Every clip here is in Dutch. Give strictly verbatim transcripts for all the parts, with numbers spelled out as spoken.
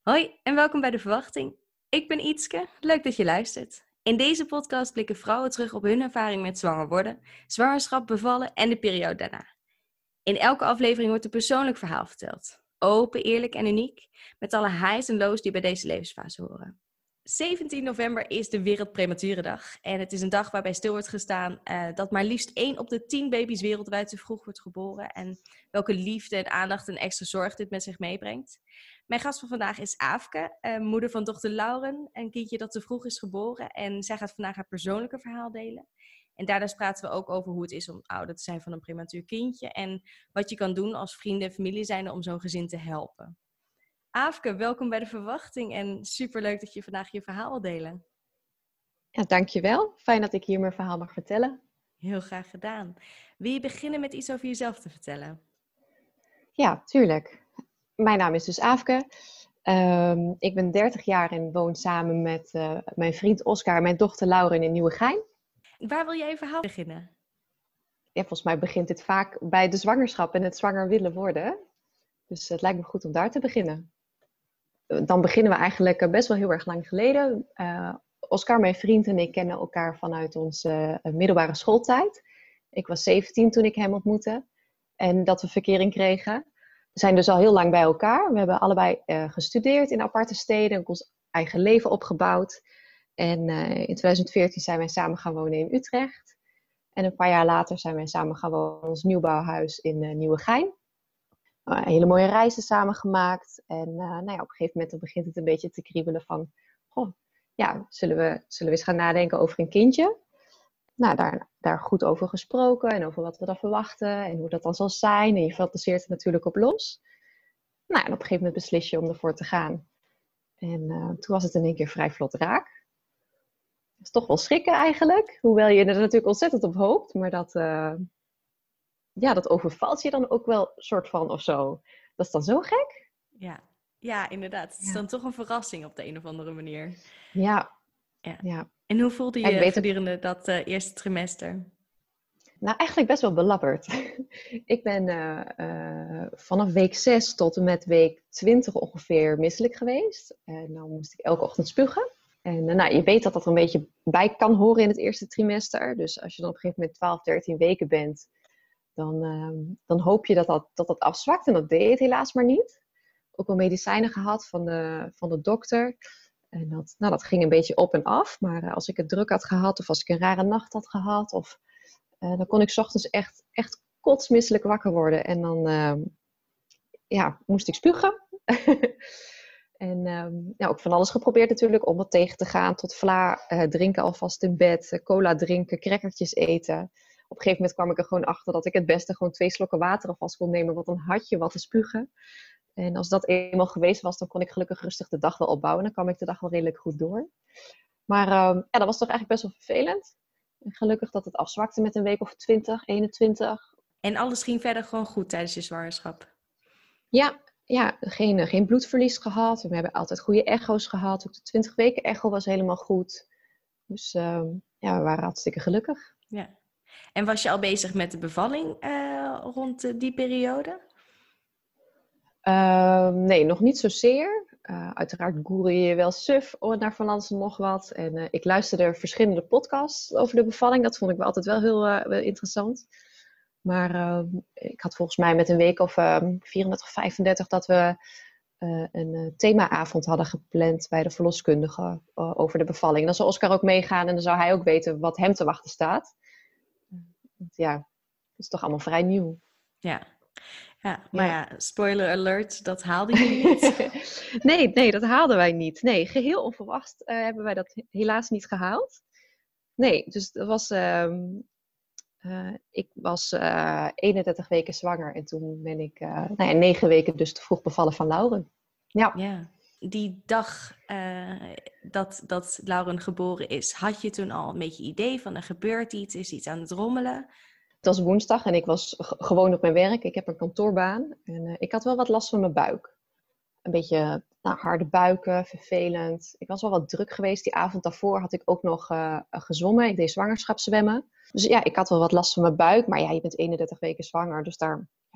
Hoi en welkom bij De Verwachting. Ik ben Ietske, leuk dat je luistert. In deze podcast blikken vrouwen terug op hun ervaring met zwanger worden, zwangerschap, bevallen en de periode daarna. In elke aflevering wordt een persoonlijk verhaal verteld. Open, eerlijk en uniek, met alle highs en lows die bij deze levensfase horen. zeventien november is de Wereldprematurendag en het is een dag waarbij stil wordt gestaan uh, dat maar liefst één op de tien baby's wereldwijd te vroeg wordt geboren en welke liefde en aandacht en extra zorg dit met zich meebrengt. Mijn gast van vandaag is Aafke, uh, moeder van dochter Lauren, een kindje dat te vroeg is geboren en zij gaat vandaag haar persoonlijke verhaal delen. En daarnaast praten we ook over hoe het is om ouder te zijn van een prematuur kindje en wat je kan doen als vrienden en familie zijnde om zo'n gezin te helpen. Aafke, welkom bij De Verwachting en superleuk dat je vandaag je verhaal wil delen. Ja, dankjewel. Fijn dat ik hier mijn verhaal mag vertellen. Heel graag gedaan. Wil je beginnen met iets over jezelf te vertellen? Ja, tuurlijk. Mijn naam is dus Aafke. Um, ik ben dertig jaar en woon samen met uh, mijn vriend Oscar en mijn dochter Lauren in Nieuwegein. Waar wil jij je verhaal beginnen? Ja, volgens mij begint dit vaak bij de zwangerschap en het zwanger willen worden. Dus het lijkt me goed om daar te beginnen. Dan beginnen we eigenlijk best wel heel erg lang geleden. Uh, Oscar, mijn vriend en ik kennen elkaar vanuit onze uh, middelbare schooltijd. Ik was zeventien toen ik hem ontmoette en dat we verkering kregen. We zijn dus al heel lang bij elkaar. We hebben allebei uh, gestudeerd in aparte steden, ook ons eigen leven opgebouwd. En uh, in twintig veertien zijn wij samen gaan wonen in Utrecht. En een paar jaar later zijn wij samen gaan wonen in ons nieuwbouwhuis in uh, Nieuwegein. Uh, hele mooie reizen samen gemaakt. En uh, nou ja, op een gegeven moment dan begint het een beetje te kriebelen van... Goh, ja, zullen we, zullen we eens gaan nadenken over een kindje? Nou, daar, daar goed over gesproken en over wat we dan verwachten en hoe dat dan zal zijn. En je fantaseert er natuurlijk op los. Nou, en op een gegeven moment beslis je om ervoor te gaan. En uh, toen was het in één keer vrij vlot raak. Dat is toch wel schrikken eigenlijk. Hoewel je er natuurlijk ontzettend op hoopt. Maar dat, uh, ja, dat overvalt je dan ook wel soort van of zo. Dat is dan zo gek. Ja, ja inderdaad. Het is ja. dan toch een verrassing op de een of andere manier. Ja. ja. ja. En hoe voelde je ja, gedurende het... dat uh, eerste trimester? Nou, eigenlijk best wel belabberd. Ik ben uh, uh, vanaf week zes tot en met week twintig ongeveer misselijk geweest. En dan moest ik elke ochtend spugen. En uh, nou, je weet dat dat er een beetje bij kan horen in het eerste trimester. Dus als je dan op een gegeven moment twaalf, dertien weken bent, dan, uh, dan hoop je dat dat, dat dat afzwakt. En dat deed het helaas maar niet. Ook wel medicijnen gehad van de, van de dokter. En dat, nou, dat ging een beetje op en af. Maar uh, als ik het druk had gehad of als ik een rare nacht had gehad... of Uh, dan kon ik 's ochtends echt, echt kotsmisselijk wakker worden. En dan uh, ja, moest ik spugen. en um, ja, ook van alles geprobeerd natuurlijk om het tegen te gaan. Tot vla uh, drinken alvast in bed. Uh, cola drinken, crackertjes eten. Op een gegeven moment kwam ik er gewoon achter dat ik het beste gewoon twee slokken water alvast kon nemen. Want dan had je wat te spugen. En als dat eenmaal geweest was, dan kon ik gelukkig rustig de dag wel opbouwen. Dan kwam ik de dag wel redelijk goed door. Maar um, ja, dat was toch eigenlijk best wel vervelend. En gelukkig dat het afzwakte met een week of twintig, eenentwintig. En alles ging verder gewoon goed tijdens je zwangerschap? Ja, ja geen, geen bloedverlies gehad. We hebben altijd goede echo's gehad. Ook de twintig weken echo was helemaal goed. Dus uh, ja, we waren hartstikke gelukkig. Ja. En was je al bezig met de bevalling uh, rond die periode? Uh, nee, nog niet zozeer. Uh, uiteraard googel je wel suf naar van alles en nog wat. En uh, ik luisterde verschillende podcasts over de bevalling. Dat vond ik wel altijd wel heel, uh, wel interessant. Maar uh, ik had volgens mij met een week of uh, vierendertig, vijfendertig... dat we uh, een uh, themaavond hadden gepland bij de verloskundige uh, over de bevalling. Dan zou Oscar ook meegaan en dan zou hij ook weten wat hem te wachten staat. Uh, ja, dat is toch allemaal vrij nieuw. Ja. Ja, maar ja. ja, spoiler alert, dat haalden jullie niet. nee, nee, dat haalden wij niet. Nee, geheel onverwacht uh, hebben wij dat helaas niet gehaald. Nee, dus dat was... Uh, uh, ik was uh, eenendertig weken zwanger en toen ben ik uh, nou ja, negen weken dus te vroeg bevallen van Lauren. Ja. ja. Die dag uh, dat, dat Lauren geboren is, had je toen al een beetje idee van er gebeurt iets, is iets aan het rommelen? Het was woensdag en ik was g- gewoon op mijn werk. Ik heb een kantoorbaan en uh, ik had wel wat last van mijn buik. Een beetje nou, harde buiken, vervelend. Ik was wel wat druk geweest. Die avond daarvoor had ik ook nog uh, gezwommen. Ik deed zwangerschapszwemmen. Dus ja, ik had wel wat last van mijn buik. Maar ja, je bent eenendertig weken zwanger. Dus daar, ja,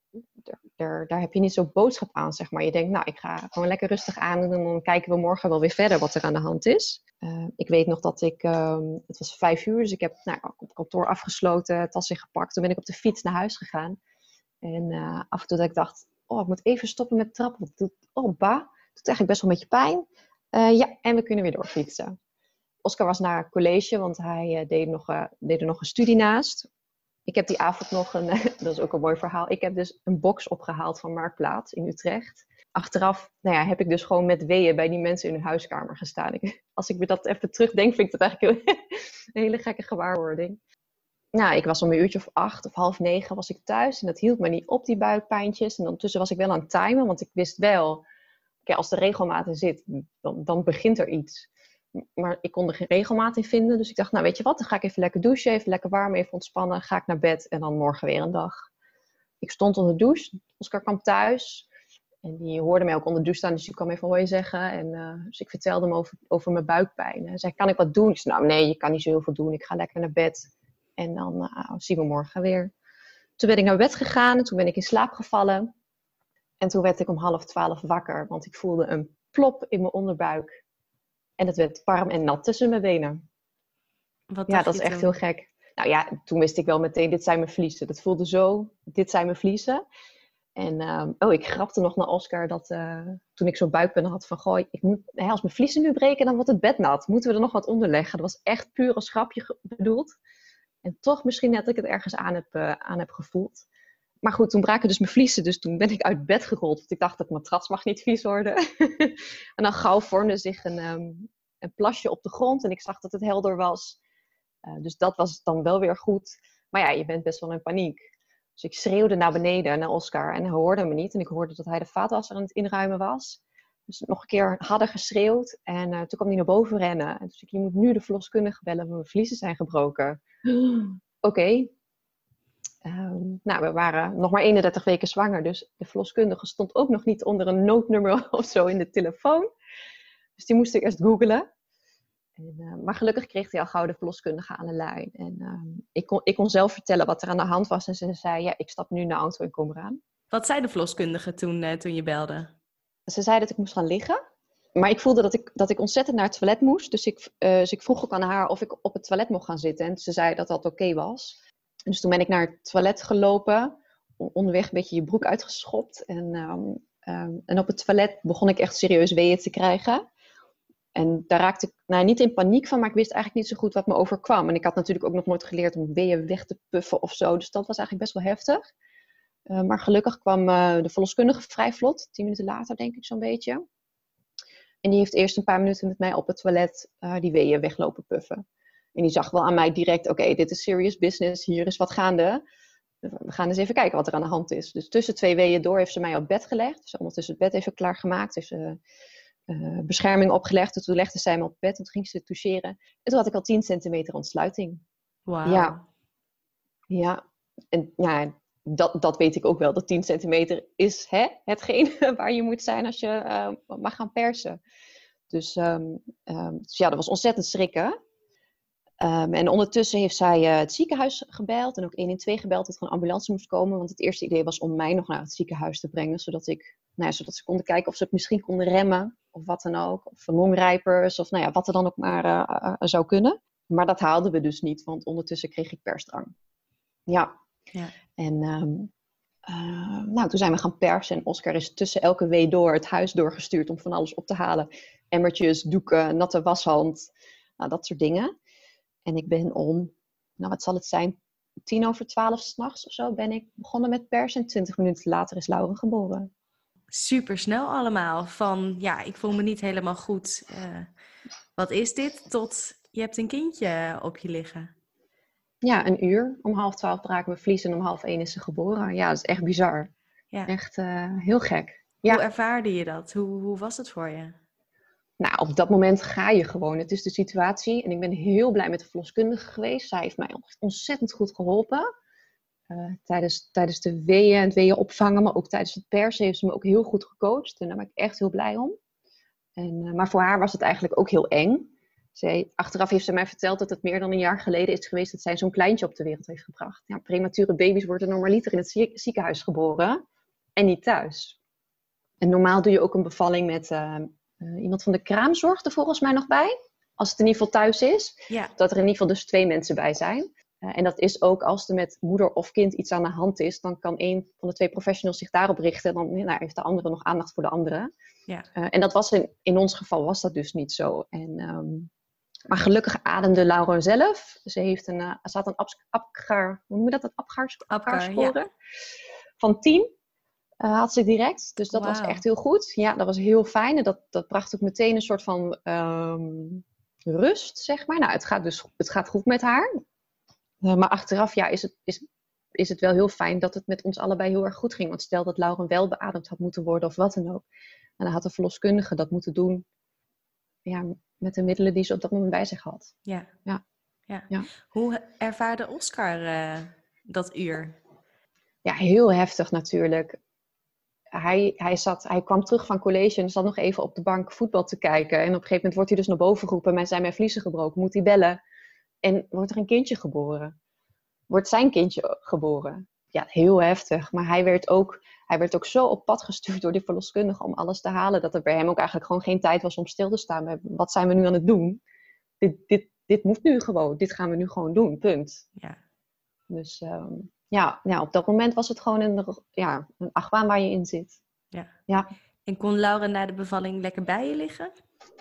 daar, daar, daar heb je niet zo boodschap aan, zeg maar. Je denkt, nou, ik ga gewoon lekker rustig aan en dan kijken we morgen wel weer verder wat er aan de hand is. Uh, ik weet nog dat ik, um, het was vijf uur, dus ik heb nou, op kantoor afgesloten, tas ingepakt. Toen ben ik op de fiets naar huis gegaan. En uh, af en toe dat ik dacht, oh, ik moet even stoppen met trappen. Het doet, oh, ba, het doet eigenlijk best wel een beetje pijn. Uh, ja, en we kunnen weer doorfietsen. Oscar was naar college, want hij uh, deed, nog, uh, deed er nog een studie naast. Ik heb die avond nog een, dat is ook een mooi verhaal. Ik heb dus een box opgehaald van Marktplaats in Utrecht. Achteraf nou ja, heb ik dus gewoon met weeën bij die mensen in hun huiskamer gestaan. Ik, als ik me dat even terugdenk, vind ik dat eigenlijk heel, een hele gekke gewaarwording. Nou, ik was om een uurtje of acht of half negen was ik thuis. En dat hield me niet op, die buikpijntjes. En ondertussen was ik wel aan het timen, want ik wist wel, okay, als er regelmaat in zit, dan, dan begint er iets. Maar ik kon er geen regelmaat in vinden. Dus ik dacht, nou weet je wat, dan ga ik even lekker douchen, even lekker warm, even ontspannen. Ga ik naar bed en dan morgen weer een dag. Ik stond onder de douche. Oscar kwam thuis. En die hoorde mij ook onder de douche staan, dus die kwam even hoi zeggen. En uh, dus ik vertelde hem over, over mijn buikpijn. Hij zei, kan ik wat doen? Ik zei, nou nee, je kan niet zo heel veel doen. Ik ga lekker naar bed. En dan uh, zien we morgen weer. Toen ben ik naar bed gegaan en toen ben ik in slaap gevallen. En toen werd ik om half twaalf wakker, want ik voelde een plop in mijn onderbuik. En het werd warm en nat tussen mijn benen. Wat ja, dat is echt toen? Heel gek. Nou ja, toen wist ik wel meteen, dit zijn mijn vliezen. Dat voelde zo, dit zijn mijn vliezen. En um, oh, ik grapte nog naar Oscar dat uh, toen ik zo'n buikpijn had van, goh, ik moet, hè, als mijn vliezen nu breken, dan wordt het bed nat. Moeten we er nog wat onder leggen? Dat was echt puur als grapje bedoeld. En toch misschien net dat ik het ergens aan heb, uh, aan heb gevoeld. Maar goed, toen braken dus mijn vliezen. Dus toen ben ik uit bed gerold. Want ik dacht, dat matras mag niet vies worden. En dan gauw vormde zich een, um, een plasje op de grond. En ik zag dat het helder was. Uh, dus dat was dan wel weer goed. Maar ja, je bent best wel in paniek. Dus ik schreeuwde naar beneden, naar Oscar. En hij hoorde me niet. En ik hoorde dat hij de vaatwasser aan het inruimen was. Dus nog een keer harder geschreeuwd. En uh, toen kwam hij naar boven rennen. En toen zei ik, je moet nu de verloskundige bellen. Want mijn vliezen zijn gebroken. Oké. Okay. Um, nou, we waren nog maar eenendertig weken zwanger, dus de verloskundige stond ook nog niet onder een noodnummer of zo in de telefoon. Dus die moest ik eerst googlen. En, uh, maar gelukkig kreeg hij al gauw de verloskundige aan de lijn. En uh, ik, kon, ik kon zelf vertellen wat er aan de hand was. En ze zei, ja, ik stap nu in de auto en kom eraan. Wat zei de verloskundige toen, uh, toen je belde? Ze zei dat ik moest gaan liggen. Maar ik voelde dat ik, dat ik ontzettend naar het toilet moest. Dus ik, uh, dus ik vroeg ook aan haar of ik op het toilet mocht gaan zitten. En ze zei dat dat oké okay was. Dus toen ben ik naar het toilet gelopen, onderweg een beetje je broek uitgeschopt. En, um, um, en op het toilet begon ik echt serieus weeën te krijgen. En daar raakte ik nou, niet in paniek van, maar ik wist eigenlijk niet zo goed wat me overkwam. En ik had natuurlijk ook nog nooit geleerd om weeën weg te puffen of zo. Dus dat was eigenlijk best wel heftig. Uh, maar gelukkig kwam uh, de verloskundige vrij vlot, tien minuten later denk ik zo'n beetje. En die heeft eerst een paar minuten met mij op het toilet uh, die weeën weglopen puffen. En die zag wel aan mij direct, oké, okay, dit is serious business, hier is wat gaande. We gaan eens even kijken wat er aan de hand is. Dus tussen twee weeën door heeft ze mij op bed gelegd. Dus ondertussen het bed even klaargemaakt. Heeft ze uh, bescherming opgelegd. En toen legde zij me op bed en toen ging ze toucheren. En toen had ik al tien centimeter ontsluiting. Wauw. Ja. Ja. En ja, dat, dat weet ik ook wel. Dat tien centimeter is hè, hetgeen waar je moet zijn als je uh, mag gaan persen. Dus, um, um, dus ja, dat was ontzettend schrikken. Um, en ondertussen heeft zij uh, het ziekenhuis gebeld en ook één een twee gebeld dat er een ambulance moest komen. Want het eerste idee was om mij nog naar het ziekenhuis te brengen. Zodat, ik, nou ja, zodat ze konden kijken of ze het misschien konden remmen of wat dan ook. Of longrijpers of nou ja, wat er dan ook maar uh, uh, zou kunnen. Maar dat haalden we dus niet, want ondertussen kreeg ik persdrang. Ja. ja. En um, uh, nou, toen zijn we gaan persen en Oscar is tussen elke wee door het huis doorgestuurd om van alles op te halen. Emmertjes, doeken, natte washand, nou, dat soort dingen. En ik ben om, nou wat zal het zijn, tien over twaalf 's nachts of zo ben ik begonnen met persen. En twintig minuten later is Lauren geboren. Super snel allemaal. Van ja, ik voel me niet helemaal goed. Uh, wat is dit? Tot je hebt een kindje op je liggen. Ja, een uur. Om half twaalf braken mijn vlies en om half één is ze geboren. Ja, dat is echt bizar. Ja. Echt uh, heel gek. Ja. Hoe ervaarde je dat? Hoe, hoe was het voor je? Nou, op dat moment ga je gewoon. Het is de situatie. En ik ben heel blij met de verloskundige geweest. Zij heeft mij ontzettend goed geholpen. Uh, tijdens, tijdens de weeën en het weeën opvangen. Maar ook tijdens het persen heeft ze me ook heel goed gecoacht. En daar ben ik echt heel blij om. En, uh, maar voor haar was het eigenlijk ook heel eng. Zij, achteraf heeft ze mij verteld dat het meer dan een jaar geleden is geweest dat zij zo'n kleintje op de wereld heeft gebracht. Ja, premature baby's worden normaliter in het ziekenhuis geboren en niet thuis. En normaal doe je ook een bevalling met uh, uh, iemand van de kraamzorg er volgens mij nog bij. Als het in ieder geval thuis is. Ja. Dat er in ieder geval dus twee mensen bij zijn. Uh, en dat is ook als er met moeder of kind iets aan de hand is. Dan kan een van de twee professionals zich daarop richten. En dan nou, heeft de andere nog aandacht voor de andere. Ja. Uh, en dat was in, in ons geval was dat dus niet zo. En, um, maar gelukkig ademde Lauren zelf. Ze, heeft een, uh, ze had een Apgar, hoe noem je dat? Een Apgar-score ja. van tien. Uh, had ze direct. Dus dat Wow. was echt heel goed. Ja, dat was heel fijn. En dat, dat bracht ook meteen een soort van um, rust, zeg maar. Nou, het gaat dus het gaat goed met haar. Uh, maar achteraf ja, is, het, is, is het wel heel fijn dat het met ons allebei heel erg goed ging. Want stel dat Lauren wel beademd had moeten worden of wat dan ook. En dan had de verloskundige dat moeten doen. Ja, met de middelen die ze op dat moment bij zich had. Ja. Ja. ja. ja. Hoe ervaarde Oscar uh, dat uur? Ja, heel heftig natuurlijk. Hij, hij, zat, hij kwam terug van college en zat nog even op de bank voetbal te kijken. En op een gegeven moment wordt hij dus naar boven geroepen. Mij zijn mijn vliezen gebroken, moet hij bellen. En wordt er een kindje geboren. Wordt zijn kindje geboren. Ja, heel heftig. Maar hij werd ook, hij werd ook zo op pad gestuurd door die verloskundige om alles te halen. Dat er bij hem ook eigenlijk gewoon geen tijd was om stil te staan. Wat zijn we nu aan het doen? Dit, dit, dit moet nu gewoon. Dit gaan we nu gewoon doen. Punt. Ja. Dus... Um, Ja, ja, op dat moment was het gewoon een, ja, een achtbaan waar je in zit. Ja. Ja. En kon Lauren na de bevalling lekker bij je liggen?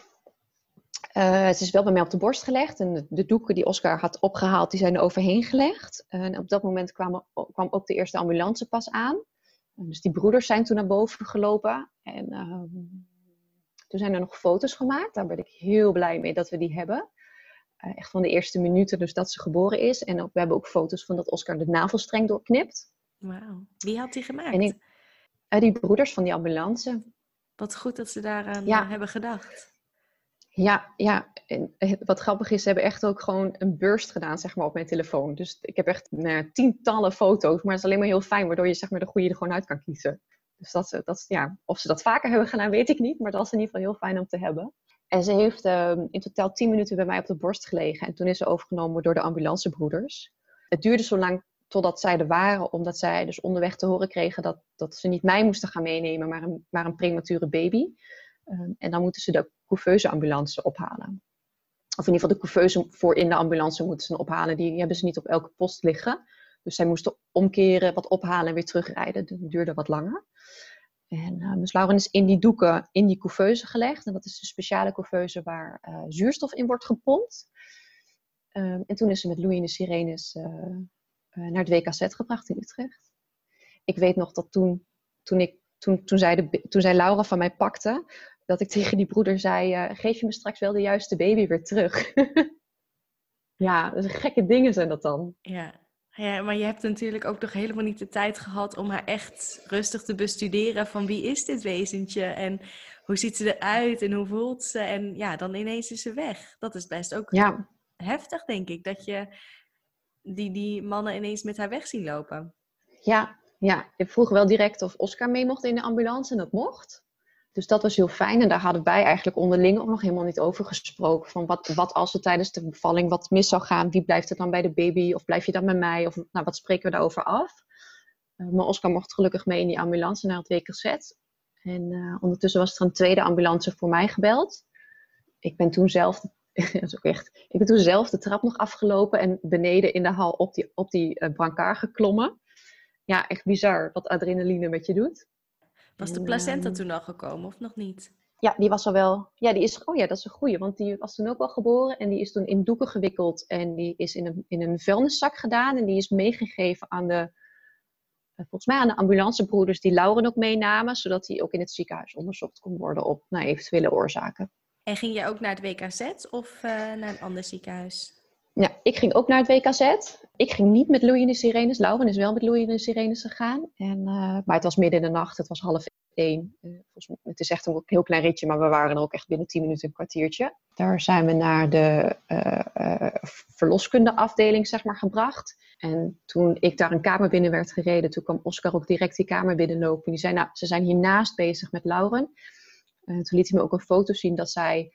Uh, het is wel bij mij op de borst gelegd. En de, de doeken die Oscar had opgehaald, die zijn er overheen gelegd. Uh, en op dat moment kwam, kwam ook de eerste ambulance pas aan. Uh, dus die broeders zijn toen naar boven gelopen. En uh, toen zijn er nog foto's gemaakt. Daar ben ik heel blij mee dat we die hebben. Uh, echt van de eerste minuten dus dat ze geboren is. En ook, we hebben ook foto's van dat Oscar de navelstreng doorknipt. Wauw. Wie had die gemaakt? En ik, uh, die broeders van die ambulance. Wat goed dat ze daaraan ja. uh, hebben gedacht. Ja, ja. En wat grappig is, ze hebben echt ook gewoon een burst gedaan, zeg maar, op mijn telefoon. Dus ik heb echt nou, tientallen foto's, maar het is alleen maar heel fijn, waardoor je zeg maar de goede er gewoon uit kan kiezen. Dus dat, dat, ja, of ze dat vaker hebben gedaan, weet ik niet, maar dat was in ieder geval heel fijn om te hebben. En ze heeft uh, in totaal tien minuten bij mij op de borst gelegen. En toen is ze overgenomen door de ambulancebroeders. Het duurde zo lang totdat zij er waren, omdat zij dus onderweg te horen kregen dat, dat ze niet mij moesten gaan meenemen, maar een, maar een premature baby. Um, en dan moeten ze de couveuseambulance ophalen. Of in ieder geval de couveuse voor in de ambulance moeten ze ophalen. Die hebben ze niet op elke post liggen. Dus zij moesten omkeren, wat ophalen en weer terugrijden. Dat duurde wat langer. En uh, dus Lauren is in die doeken in die couveuse gelegd. En dat is een speciale couveuse waar uh, zuurstof in wordt gepompt. Um, en toen is ze met Louis en de Sirenes uh, uh, naar het W K Z gebracht in Utrecht. Ik weet nog dat toen, toen, ik, toen, toen, zij de, toen zij Laura van mij pakte, dat ik tegen die broeder zei, uh, geef je me straks wel de juiste baby weer terug. Ja, dus gekke dingen zijn dat dan. Ja. Ja, maar je hebt natuurlijk ook nog helemaal niet de tijd gehad om haar echt rustig te bestuderen van wie is dit wezentje en hoe ziet ze eruit en hoe voelt ze en ja, dan ineens is ze weg. Dat is best ook ja. heftig, denk ik, dat je die, die mannen ineens met haar weg zien lopen. Ja, ja, ik vroeg wel direct of Oscar mee mocht in de ambulance en dat mocht. Dus dat was heel fijn en daar hadden wij eigenlijk onderling ook nog helemaal niet over gesproken. Van wat, wat als er tijdens de bevalling wat mis zou gaan, wie blijft er dan bij de baby? Of blijf je dan met mij? Of nou, wat spreken we daarover af? Uh, maar Oscar mocht gelukkig mee in die ambulance naar het W K Z. En uh, ondertussen was er een tweede ambulance voor mij gebeld. Ik ben toen zelf, dat is ook echt, ik ben toen zelf de trap nog afgelopen en beneden in de hal op die, op die uh, brancard geklommen. Ja, echt bizar wat adrenaline met je doet. Was de placenta toen al gekomen of nog niet? Ja, die was al wel. Ja, die is. Oh ja, dat is een goeie. Want die was toen ook wel geboren. En die is toen in doeken gewikkeld. En die is in een, in een vuilniszak gedaan. En die is meegegeven aan de. Volgens mij aan de ambulancebroeders die Lauren ook meenamen. Zodat die ook in het ziekenhuis onderzocht kon worden op nou, eventuele oorzaken. En ging jij ook naar het W K Z of uh, naar een ander ziekenhuis? Ja, ik ging ook naar het W K Z. Ik ging niet met Louis en de Sirenes. Lauren is wel met Louis en de Sirenes gegaan. En, uh, maar het was midden in de nacht. Het was half één. Uh, het is echt een heel klein ritje, maar we waren er ook echt binnen tien minuten een kwartiertje. Daar zijn we naar de uh, uh, verloskundeafdeling zeg maar, gebracht. En toen ik daar een kamer binnen werd gereden, toen kwam Oscar ook direct die kamer binnenlopen. Die zei, nou, ze zijn hiernaast bezig met Lauren. Uh, toen liet hij me ook een foto zien dat zij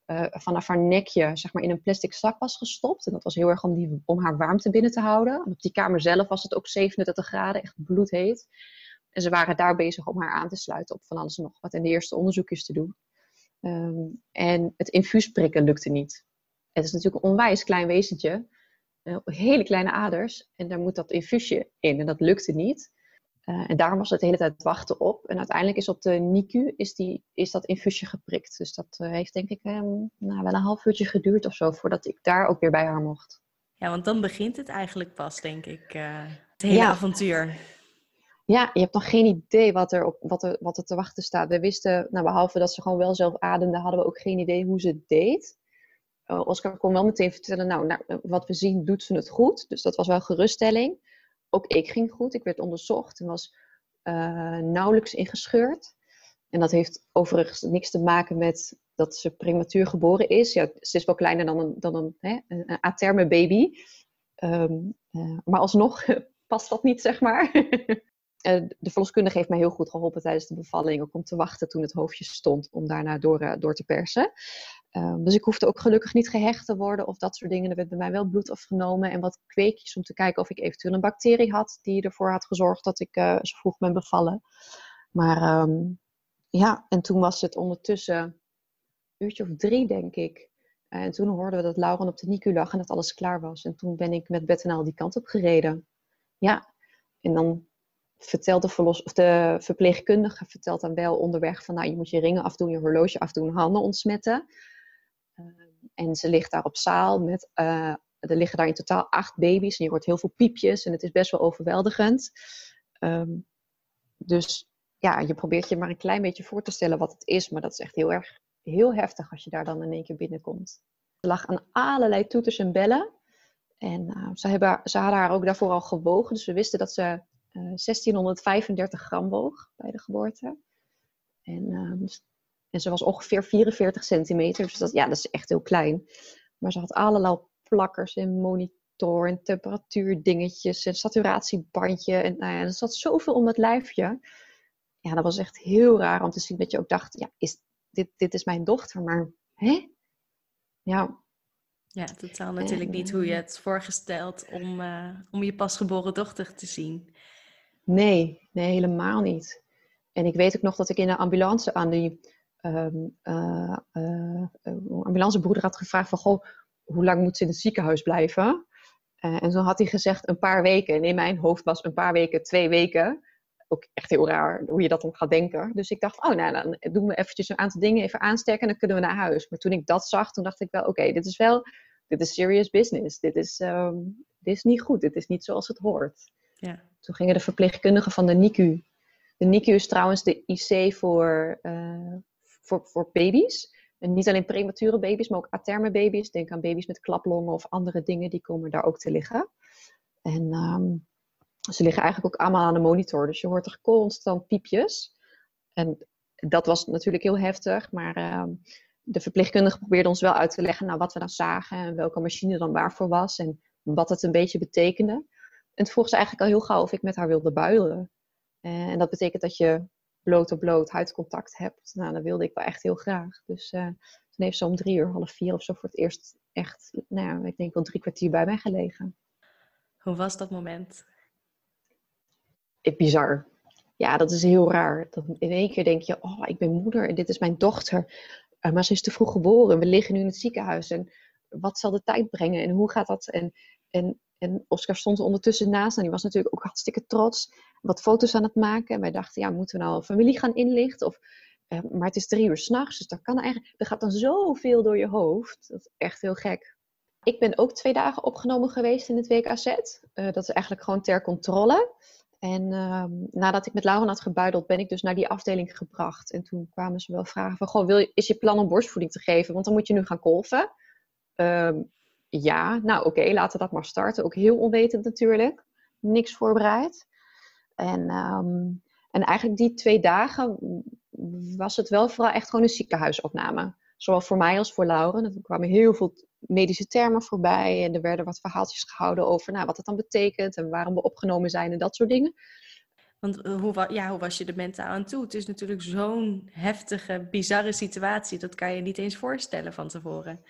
uh, vanaf haar nekje zeg maar, in een plastic zak was gestopt. En dat was heel erg om, die, om haar warmte binnen te houden. En op die kamer zelf was het ook zevenendertig graden, echt bloedheet. En ze waren daar bezig om haar aan te sluiten op van alles en nog wat. En de eerste onderzoekjes te doen. Um, en het infuus prikken lukte niet. Het is natuurlijk een onwijs klein wezentje. Uh, hele kleine aders. En daar moet dat infuusje in. En dat lukte niet. Uh, en daarom was het de hele tijd wachten op. En uiteindelijk is op de N I C U is, die, is dat infuusje geprikt. Dus dat uh, heeft denk ik um, nou, wel een half uurtje geduurd of zo. Voordat ik daar ook weer bij haar mocht. Ja, want dan begint het eigenlijk pas, denk ik. Uh, het hele ja. avontuur. Ja, je hebt nog geen idee wat er, op, wat er, wat er te wachten staat. We wisten, nou, behalve dat ze gewoon wel zelf ademde, hadden we ook geen idee hoe ze het deed. Uh, Oscar kon wel meteen vertellen, nou, nou, wat we zien doet ze het goed. Dus dat was wel geruststelling. Ook ik ging goed. Ik werd onderzocht en was uh, nauwelijks ingescheurd. En dat heeft overigens niks te maken met dat ze prematuur geboren is. Ja, ze is wel kleiner dan een, dan een, hè, een aterme baby. Um, uh, maar alsnog past dat niet, zeg maar. Uh, de verloskundige heeft mij heel goed geholpen tijdens de bevalling. Ook om te wachten toen het hoofdje stond. Om daarna door, uh, door te persen. Uh, dus ik hoefde ook gelukkig niet gehecht te worden. Of dat soort dingen. Er werd bij mij wel bloed afgenomen. En wat kweekjes om te kijken of ik eventueel een bacterie had. Die ervoor had gezorgd dat ik uh, zo vroeg ben bevallen. Maar um, ja, en toen was het ondertussen een uurtje of drie, denk ik. Uh, en toen hoorden we dat Lauren op de N I C U lag en dat alles klaar was. En toen ben ik met Beth en Al die kant op gereden. Ja, en dan vertelt de, verlos- of de verpleegkundige vertelt dan wel onderweg van, nou, je moet je ringen afdoen, je horloge afdoen, handen ontsmetten. Uh, en ze ligt daar op zaal met, uh, er liggen daar in totaal acht baby's en je hoort heel veel piepjes en het is best wel overweldigend. Um, dus ja, je probeert je maar een klein beetje voor te stellen wat het is, maar dat is echt heel erg, heel heftig als je daar dan in één keer binnenkomt. Er lag aan allerlei toeters en bellen en uh, ze, hebben, ze hadden haar ook daarvoor al gewogen, dus we wisten dat ze Uh, zestienhonderdvijfendertig gram woog bij de geboorte. En, uh, en ze was ongeveer vierenveertig centimeter. Dus dat, ja, dat is echt heel klein. Maar ze had allerlei plakkers en monitor en temperatuurdingetjes en saturatiebandje. En nou ja, er zat zoveel om het lijfje. Ja, dat was echt heel raar om te zien dat je ook dacht, ja, is, dit, dit is mijn dochter, maar hè? Ja. Ja, totaal natuurlijk en, niet hoe je het voorgesteld om, uh, om je pasgeboren dochter te zien. Nee, nee, helemaal niet. En ik weet ook nog dat ik in de ambulance aan die um, uh, uh, uh, ambulancebroeder had gevraagd van, goh, hoe lang moet ze in het ziekenhuis blijven? Uh, en toen had hij gezegd een paar weken. En in mijn hoofd was een paar weken, twee weken. Ook echt heel raar hoe je dat dan gaat denken. Dus ik dacht, oh, nou, dan doen we eventjes een aantal dingen even aansterken en dan kunnen we naar huis. Maar toen ik dat zag, toen dacht ik wel, oké, okay, dit is wel, dit is serious business. Dit is, um, dit is niet goed. Dit is niet zoals het hoort. Ja. Toen gingen de verpleegkundigen van de N I C U. De N I C U is trouwens de I C voor, uh, voor, voor baby's. En niet alleen premature baby's, maar ook aterme baby's. Denk aan baby's met klaplongen of andere dingen, die komen daar ook te liggen. En um, ze liggen eigenlijk ook allemaal aan de monitor. Dus je hoort er constant piepjes. En dat was natuurlijk heel heftig. Maar uh, de verpleegkundige probeerde ons wel uit te leggen, nou, wat we dan zagen en welke machine dan waarvoor was. En wat het een beetje betekende. En toen vroeg ze eigenlijk al heel gauw of ik met haar wilde builen. En dat betekent dat je bloot op bloot huidcontact hebt. Nou, dat wilde ik wel echt heel graag. Dus uh, toen heeft ze om drie uur, half vier of zo voor het eerst echt, nou ja, ik denk wel drie kwartier bij mij gelegen. Hoe was dat moment? Bizar. Ja, dat is heel raar. Dat in één keer denk je, oh, ik ben moeder en dit is mijn dochter. Uh, maar ze is te vroeg geboren. We liggen nu in het ziekenhuis. En wat zal de tijd brengen? En hoe gaat dat? En, en, en Oscar stond er ondertussen naast. En die was natuurlijk ook hartstikke trots. Wat foto's aan het maken. En wij dachten, ja, moeten we nou familie gaan inlichten? Of, uh, maar het is drie uur 's nachts. Dus dat kan eigenlijk, er gaat dan zoveel door je hoofd. Dat is echt heel gek. Ik ben ook twee dagen opgenomen geweest in het W K Z. Uh, dat is eigenlijk gewoon ter controle. En um, nadat ik met Lauren had gebuideld, ben ik dus naar die afdeling gebracht. En toen kwamen ze wel vragen van, goh, wil je, is je plan om borstvoeding te geven? Want dan moet je nu gaan kolven. Um, ja, nou oké, okay, laten we dat maar starten. Ook heel onwetend natuurlijk. Niks voorbereid. En, um, en eigenlijk die twee dagen was het wel vooral echt gewoon een ziekenhuisopname. Zowel voor mij als voor Lauren. Er kwamen heel veel medische termen voorbij. En er werden wat verhaaltjes gehouden over nou, wat het dan betekent. En waarom we opgenomen zijn en dat soort dingen. Want uh, hoe, wa- ja, hoe was je er mentaal aan toe? Het is natuurlijk zo'n heftige, bizarre situatie. Dat kan je niet eens voorstellen van tevoren.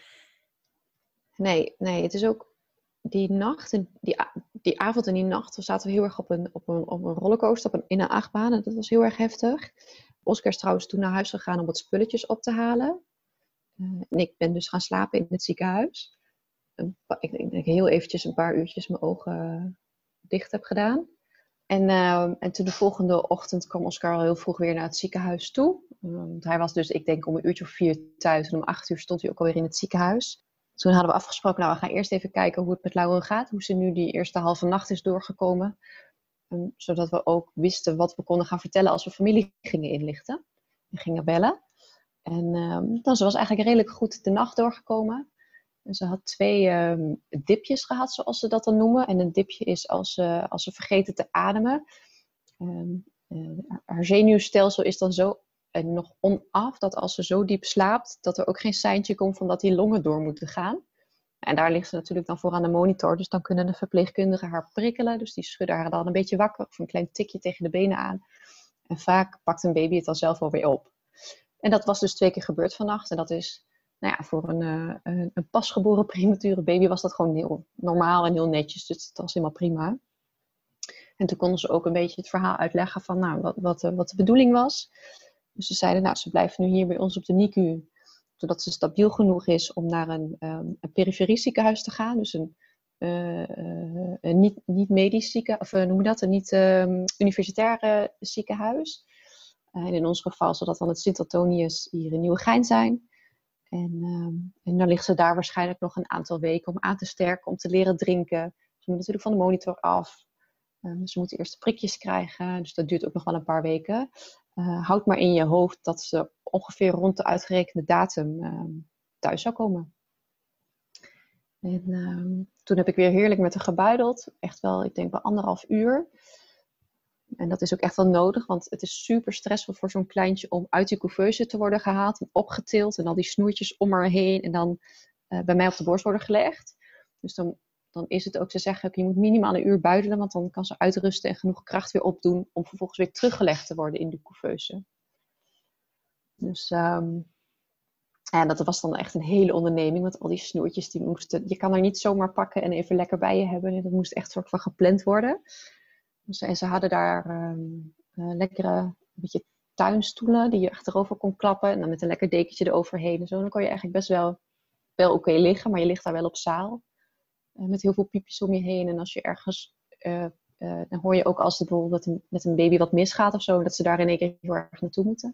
Nee, nee, het is ook die nacht, en die, a- die avond en die nacht, we zaten we heel erg op een, op een, op een rollercoaster, op een, in een achtbaan. En dat was heel erg heftig. Oscar is trouwens toen naar huis gegaan om wat spulletjes op te halen. Uh, en ik ben dus gaan slapen in het ziekenhuis. Een pa- ik denk dat ik heel eventjes een paar uurtjes mijn ogen dicht heb gedaan. En, uh, en toen de volgende ochtend kwam Oscar al heel vroeg weer naar het ziekenhuis toe. Want hij was dus, ik denk, om een uurtje of vier thuis. En om acht uur stond hij ook alweer in het ziekenhuis. Toen hadden we afgesproken, nou, we gaan eerst even kijken hoe het met Lauren gaat. Hoe ze nu die eerste halve nacht is doorgekomen. Um, zodat we ook wisten wat we konden gaan vertellen als we familie gingen inlichten. En gingen bellen. En um, dan, ze was eigenlijk redelijk goed de nacht doorgekomen. En ze had twee um, dipjes gehad, zoals ze dat dan noemen. En een dipje is als, uh, als ze vergeten te ademen. Um, uh, haar zenuwstelsel is dan zo uh, nog onaf, dat als ze zo diep slaapt, dat er ook geen seintje komt van dat die longen door moeten gaan. En daar ligt ze natuurlijk dan voor aan de monitor. Dus dan kunnen de verpleegkundigen haar prikkelen. Dus die schudden haar dan een beetje wakker of een klein tikje tegen de benen aan. En vaak pakt een baby het dan zelf wel weer op. En dat was dus twee keer gebeurd vannacht. En dat is, nou ja, voor een, uh, een, een pasgeboren premature baby was dat gewoon heel normaal en heel netjes. Dus dat was helemaal prima. En toen konden ze ook een beetje het verhaal uitleggen van nou, wat, wat, wat de bedoeling was. Dus ze zeiden, nou, ze blijven nu hier bij ons op de N I C U, zodat ze stabiel genoeg is om naar een, um, een periferie ziekenhuis te gaan. Dus een, uh, uh, een niet, niet medisch ziekenhuis, of uh, noem je dat, een niet um, universitair uh, ziekenhuis. Uh, en in ons geval zal dat dan het Sint-Antonius hier in Nieuwegein zijn. En, um, en dan ligt ze daar waarschijnlijk nog een aantal weken om aan te sterken, om te leren drinken. Ze moet natuurlijk van de monitor af. Um, ze moeten eerst prikjes krijgen, dus dat duurt ook nog wel een paar weken. Uh, houd maar in je hoofd dat ze ongeveer rond de uitgerekende datum um, thuis zou komen. En um, toen heb ik weer heerlijk met haar gebuideld. Echt wel, ik denk wel anderhalf uur. En dat is ook echt wel nodig, want het is super stressvol voor zo'n kleintje om uit die couveuse te worden gehaald en opgetild. En al die snoertjes om haar heen en dan uh, bij mij op de borst worden gelegd. Dus dan, dan is het ook, ze zeggen, okay, je moet minimaal een uur buidelen, want dan kan ze uitrusten en genoeg kracht weer opdoen om vervolgens weer teruggelegd te worden in de couveuse. Dus um, ja, dat was dan echt een hele onderneming, want al die snoertjes, die moesten, je kan er niet zomaar pakken en even lekker bij je hebben. En dat moest echt soort van gepland worden. Dus, en ze hadden daar um, uh, lekkere een beetje tuinstoelen die je achterover kon klappen. En dan met een lekker dekentje eroverheen en zo. Dan kon je eigenlijk best wel, wel oké okay liggen, maar je ligt daar wel op zaal. Uh, met heel veel piepjes om je heen. En als je ergens, uh, uh, dan hoor je ook als het bijvoorbeeld met een, met een baby wat misgaat of zo, dat ze daar in één keer heel erg naartoe moeten.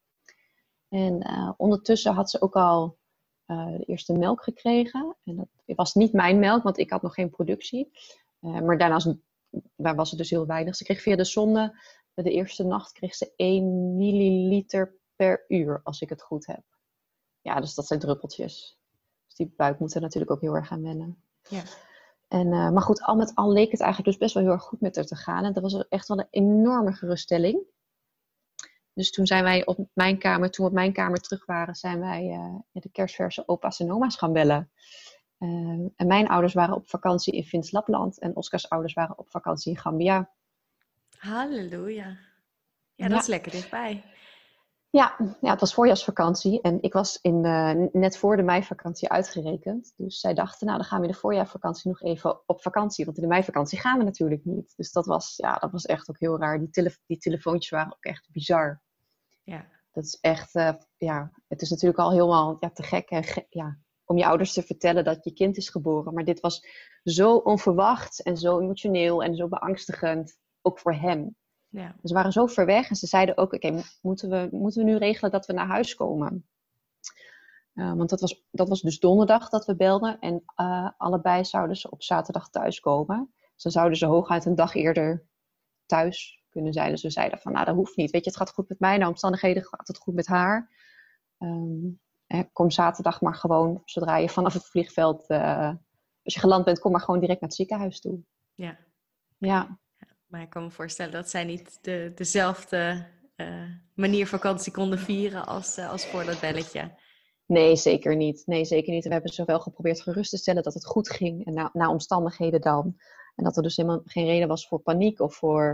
En uh, ondertussen had ze ook al uh, de eerste melk gekregen. En dat was niet mijn melk, want ik had nog geen productie. Uh, maar daarnaast daar was het dus heel weinig. Ze kreeg via de zonde, de eerste nacht kreeg ze één milliliter per uur, als ik het goed heb. Ja, dus dat zijn druppeltjes. Dus die buik moet er natuurlijk ook heel erg aan wennen. Ja. En, uh, maar goed, al met al leek het eigenlijk dus best wel heel erg goed met haar te gaan. En dat was echt wel een enorme geruststelling. Dus toen zijn wij op mijn kamer, toen we op mijn kamer terug waren, zijn wij uh, de kerstverse opa's en oma's gaan bellen. Uh, en mijn ouders waren op vakantie in Fins Lapland en Oscars ouders waren op vakantie in Gambia. Halleluja. Ja, dat ja. is lekker dichtbij. Ja, ja, het was voorjaarsvakantie en ik was in, uh, net voor de meivakantie uitgerekend. Dus zij dachten, nou dan gaan we in de voorjaarvakantie nog even op vakantie. Want in de meivakantie gaan we natuurlijk niet. Dus dat was, ja, dat was echt ook heel raar. Die, tele- die telefoontjes waren ook echt bizar. Ja. Dat is echt, uh, ja, het is natuurlijk al helemaal ja, te gek en ge- ja, om je ouders te vertellen dat je kind is geboren. Maar dit was zo onverwacht en zo emotioneel en zo beangstigend, ook voor hem. Ja. Ze waren zo ver weg en ze zeiden ook, oké, okay, moeten, we, moeten we nu regelen dat we naar huis komen? Uh, want dat was, dat was dus donderdag dat we belden en uh, allebei zouden ze op zaterdag thuiskomen. Dus dan zouden ze hooguit een dag eerder thuis kunnen zijn. Dus we zeiden van, nou dat hoeft niet. Weet je, het gaat goed met mij, naar omstandigheden gaat het goed met haar. Um, eh, kom zaterdag maar gewoon, zodra je vanaf het vliegveld, uh, als je geland bent, kom maar gewoon direct naar het ziekenhuis toe. Ja. Ja. Maar ik kan me voorstellen dat zij niet de, dezelfde uh, manier vakantie konden vieren als, uh, als voor dat belletje. Nee, zeker niet. Nee, zeker niet. We hebben zowel geprobeerd gerust te stellen dat het goed ging. En na, na omstandigheden dan. En dat er dus helemaal geen reden was voor paniek of voor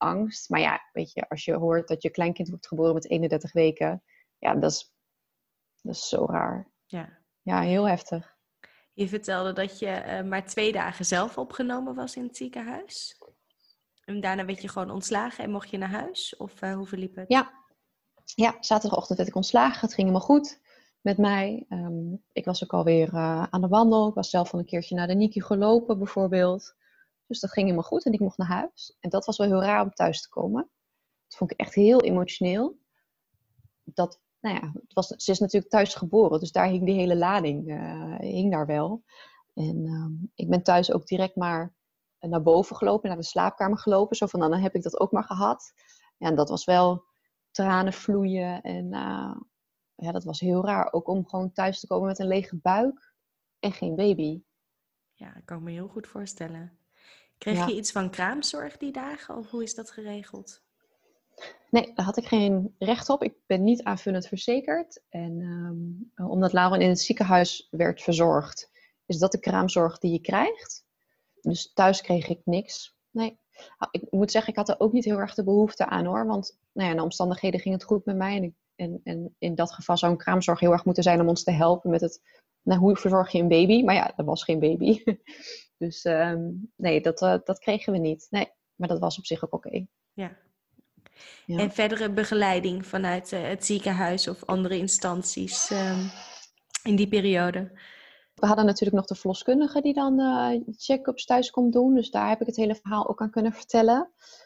angst. Maar ja, weet je, als je hoort dat je kleinkind wordt geboren met eenendertig weken. Ja, dat is, dat is zo raar. Ja. Ja, heel heftig. Je vertelde dat je uh, maar twee dagen zelf opgenomen was in het ziekenhuis. En daarna werd je gewoon ontslagen en mocht je naar huis? Of uh, hoe verliep het? Ja. ja, zaterdagochtend werd ik ontslagen. Het ging helemaal goed met mij. Um, ik was ook alweer uh, aan de wandel. Ik was zelf al een keertje naar de N I C U gelopen bijvoorbeeld. Dus dat ging helemaal goed en ik mocht naar huis. En dat was wel heel raar om thuis te komen. Dat vond ik echt heel emotioneel. Dat, nou ja, het was, ze is natuurlijk thuis geboren. Dus daar hing die hele lading uh, hing daar wel. En um, ik ben thuis ook direct maar naar boven gelopen. Naar de slaapkamer gelopen. Zo van, nou, dan heb ik dat ook maar gehad. Ja, en dat was wel tranen vloeien. En uh, ja, dat was heel raar. Ook om gewoon thuis te komen met een lege buik. En geen baby. Ja, dat kan ik me heel goed voorstellen. Kreeg ja. je iets van kraamzorg die dagen? Of hoe is dat geregeld? Nee, daar had ik geen recht op. Ik ben niet aanvullend verzekerd. En um, omdat Lauren in het ziekenhuis werd verzorgd, is dat de kraamzorg die je krijgt. Dus thuis kreeg ik niks. Nee, ik moet zeggen, ik had er ook niet heel erg de behoefte aan hoor. Want nou ja, in de omstandigheden ging het goed met mij. En, ik, en, en in dat geval zou een kraamzorg heel erg moeten zijn om ons te helpen met het... Nou, hoe verzorg je een baby? Maar ja, er was geen baby. Dus um, nee, dat, uh, dat kregen we niet. Nee, maar dat was op zich ook oké. Okay. Ja. Ja. En verdere begeleiding vanuit uh, het ziekenhuis of andere instanties um, in die periode? We hadden natuurlijk nog de verloskundige die dan uh, check-ups thuis komt doen. Dus daar heb ik het hele verhaal ook aan kunnen vertellen.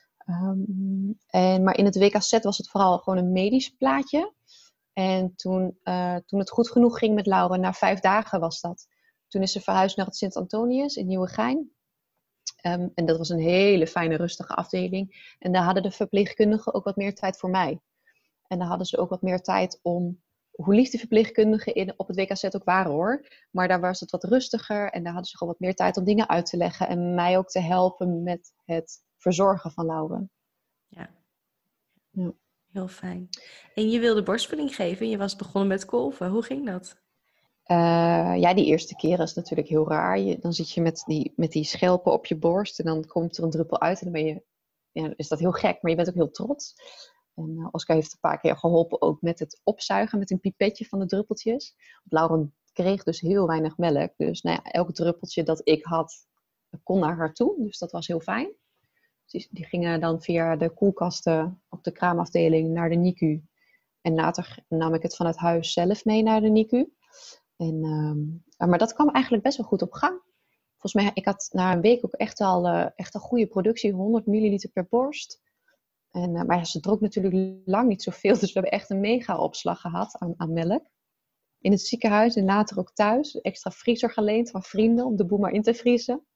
Um, en, maar in het W K Z was het vooral gewoon een medisch plaatje. En toen, uh, toen het goed genoeg ging met Laura, na vijf dagen was dat. Toen is ze verhuisd naar het Sint-Antonius in Nieuwegein. Um, en dat was een hele fijne, rustige afdeling. En daar hadden de verpleegkundigen ook wat meer tijd voor mij. En daar hadden ze ook wat meer tijd om... Hoe lief de verpleegkundigen in, op het W K Z ook waren hoor. Maar daar was het wat rustiger. En daar hadden ze gewoon wat meer tijd om dingen uit te leggen. En mij ook te helpen met het verzorgen van Lauren. Ja. Ja. Heel fijn. En je wilde borstvoeding geven. Je was begonnen met kolven. Hoe ging dat? Uh, ja, die eerste keer is natuurlijk heel raar. Je, dan zit je met die, met die schelpen op je borst. En dan komt er een druppel uit. En dan ben je, ja, is dat heel gek. Maar je bent ook heel trots. En uh, Oscar heeft een paar keer geholpen ook met het opzuigen met een pipetje van de druppeltjes. Want Lauren kreeg dus heel weinig melk. Dus nou ja, elk druppeltje dat ik had, kon naar haar toe. Dus dat was heel fijn. Dus die gingen dan via de koelkasten op de kraamafdeling naar de N I C U. En later nam ik het vanuit huis zelf mee naar de N I C U. En, um, maar dat kwam eigenlijk best wel goed op gang. Volgens mij, ik had na een week ook echt al uh, echt een goede productie, honderd milliliter per borst. En, uh, maar ja, ze dronk natuurlijk lang niet zoveel. Dus we hebben echt een mega opslag gehad aan, aan melk. In het ziekenhuis en later ook thuis. Een extra vriezer geleend van vrienden om de boel maar in te vriezen.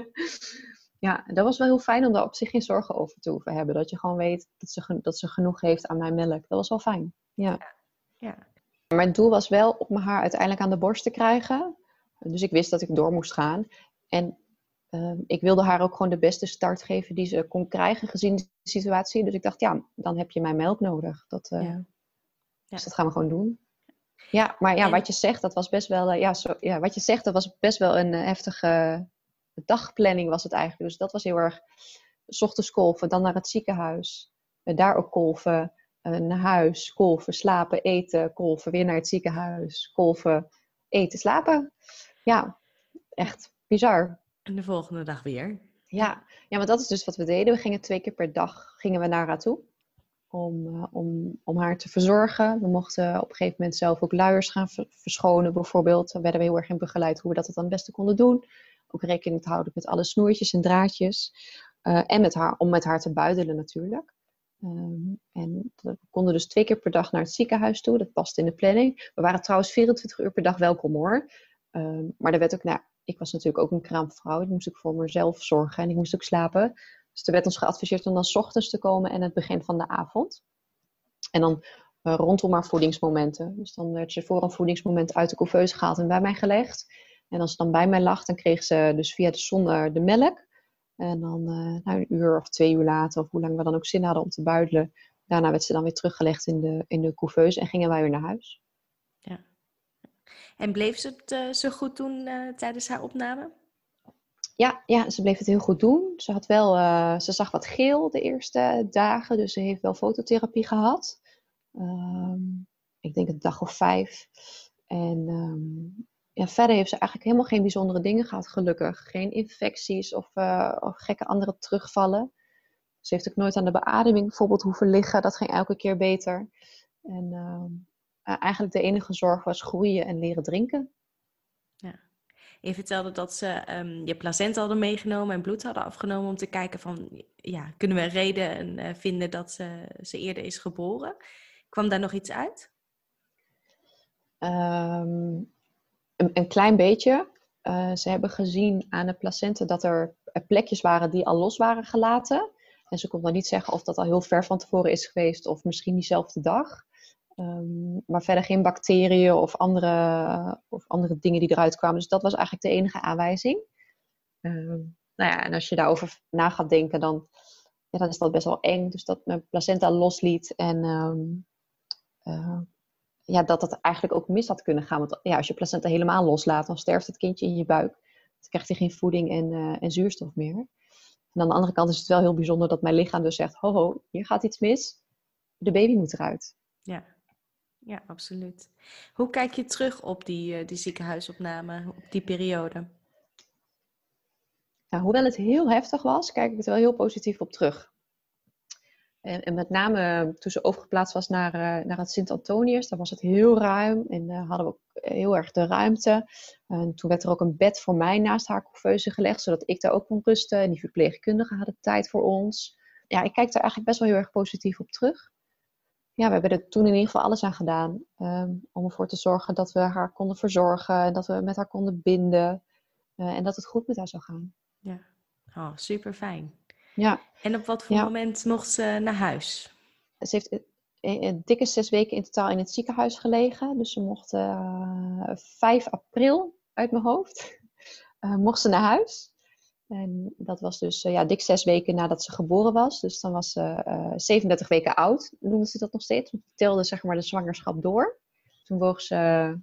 Ja, dat was wel heel fijn om daar op zich geen zorgen over te hoeven hebben. Dat je gewoon weet dat ze, dat ze genoeg heeft aan mijn melk. Dat was wel fijn. Ja. Ja. Ja. Maar het doel was wel om haar uiteindelijk aan de borst te krijgen. Dus ik wist dat ik door moest gaan. En uh, ik wilde haar ook gewoon de beste start geven die ze kon krijgen gezien de situatie. Dus ik dacht, ja, dan heb je mijn melk nodig. Dat, uh, ja. Dus ja. dat gaan we gewoon doen. Ja, maar ja, en... wat je zegt, dat was best wel, uh, ja, zo, ja, wat je zegt, dat was best wel een uh, heftige uh, dagplanning was het eigenlijk. Dus dat was heel erg, 's ochtends kolven, dan naar het ziekenhuis. Uh, daar ook kolven. Uh, naar huis, kolven, slapen, eten, kolven, weer naar het ziekenhuis, kolven, eten, slapen. Ja, echt bizar. En de volgende dag weer. Ja, ja, maar dat is dus wat we deden. We gingen twee keer per dag gingen we naar haar toe. Om, uh, om, om haar te verzorgen. We mochten op een gegeven moment zelf ook luiers gaan verschonen bijvoorbeeld. Daar werden we heel erg in begeleid hoe we dat het dan het beste konden doen. Ook rekening te houden met alle snoertjes en draadjes. Uh, en met haar, om met haar te buidelen natuurlijk. Um, en we konden dus twee keer per dag naar het ziekenhuis toe. Dat past in de planning. We waren trouwens vierentwintig uur per dag welkom hoor. Um, maar er werd ook, nou, ik was natuurlijk ook een kraamvrouw. Die moest ik voor mezelf zorgen en ik moest ook slapen. Dus er werd ons geadviseerd om dan 's ochtends te komen en het begin van de avond. En dan uh, rondom haar voedingsmomenten. Dus dan werd ze voor een voedingsmoment uit de couveuse gehaald en bij mij gelegd. En als ze dan bij mij lag, dan kreeg ze dus via de zon de melk. En dan uh, nou, een uur of twee uur later, of hoe lang we dan ook zin hadden om te buidelen. Daarna werd ze dan weer teruggelegd in de, in de couveuse en gingen wij weer naar huis. Ja. En bleef ze het uh, zo goed doen uh, tijdens haar opname? Ja, ja, ze bleef het heel goed doen. Ze had wel, eh, ze zag wat geel de eerste dagen, dus ze heeft wel fototherapie gehad. Ehm, ik denk een dag of vijf. En ehm, ja, verder heeft ze eigenlijk helemaal geen bijzondere dingen gehad, gelukkig. Geen infecties of, eh, of gekke andere terugvallen. Ze heeft ook nooit aan de beademing bijvoorbeeld hoeven liggen. Dat ging elke keer beter. En ehm, eh, eigenlijk de enige zorg was groeien en leren drinken. Ja. Je vertelde dat ze ehm, je placenta hadden meegenomen en bloed hadden afgenomen om te kijken van, ja, kunnen we een reden uh, vinden dat ze, ze eerder is geboren? Kwam daar nog iets uit? Um, een, een klein beetje. Uh, ze hebben gezien aan de placenta dat er plekjes waren die al los waren gelaten. En ze kon dan niet zeggen of dat al heel ver van tevoren is geweest of misschien diezelfde dag. Um, maar verder geen bacteriën of andere, uh, of andere dingen die eruit kwamen. Dus dat was eigenlijk de enige aanwijzing. Um, nou ja, en als je daarover na gaat denken, dan, ja, dan is dat best wel eng. Dus dat mijn placenta losliet en um, uh, ja, dat het eigenlijk ook mis had kunnen gaan. Want ja, als je placenta helemaal loslaat, dan sterft het kindje in je buik. Dan krijgt hij geen voeding en, uh, en zuurstof meer. En aan de andere kant is het wel heel bijzonder dat mijn lichaam dus zegt, ho ho, hier gaat iets mis. De baby moet eruit. Ja. Ja, absoluut. Hoe kijk je terug op die, uh, die ziekenhuisopname, op die periode? Nou, hoewel het heel heftig was, kijk ik er wel heel positief op terug. En, en met name toen ze overgeplaatst was naar, uh, naar het Sint-Antonius, dan was het heel ruim en uh, hadden we ook heel erg de ruimte. En toen werd er ook een bed voor mij naast haar couveuse gelegd, zodat ik daar ook kon rusten. En die verpleegkundigen hadden tijd voor ons. Ja, ik kijk daar eigenlijk best wel heel erg positief op terug. Ja, we hebben er toen in ieder geval alles aan gedaan. Um, om ervoor te zorgen dat we haar konden verzorgen. En dat we met haar konden binden. Uh, en dat het goed met haar zou gaan. Ja, oh, super fijn. Ja. En op wat voor ja. moment mocht ze naar huis? Ze heeft een, een dikke zes weken in totaal in het ziekenhuis gelegen. Dus ze mocht uh, vijf april uit mijn hoofd. Uh, mocht ze naar huis. En dat was dus uh, ja, dik zes weken nadat ze geboren was. Dus dan was ze uh, zevenendertig weken oud, noemden ze dat nog steeds. We telden zeg maar de zwangerschap door. Toen woog ze, uh,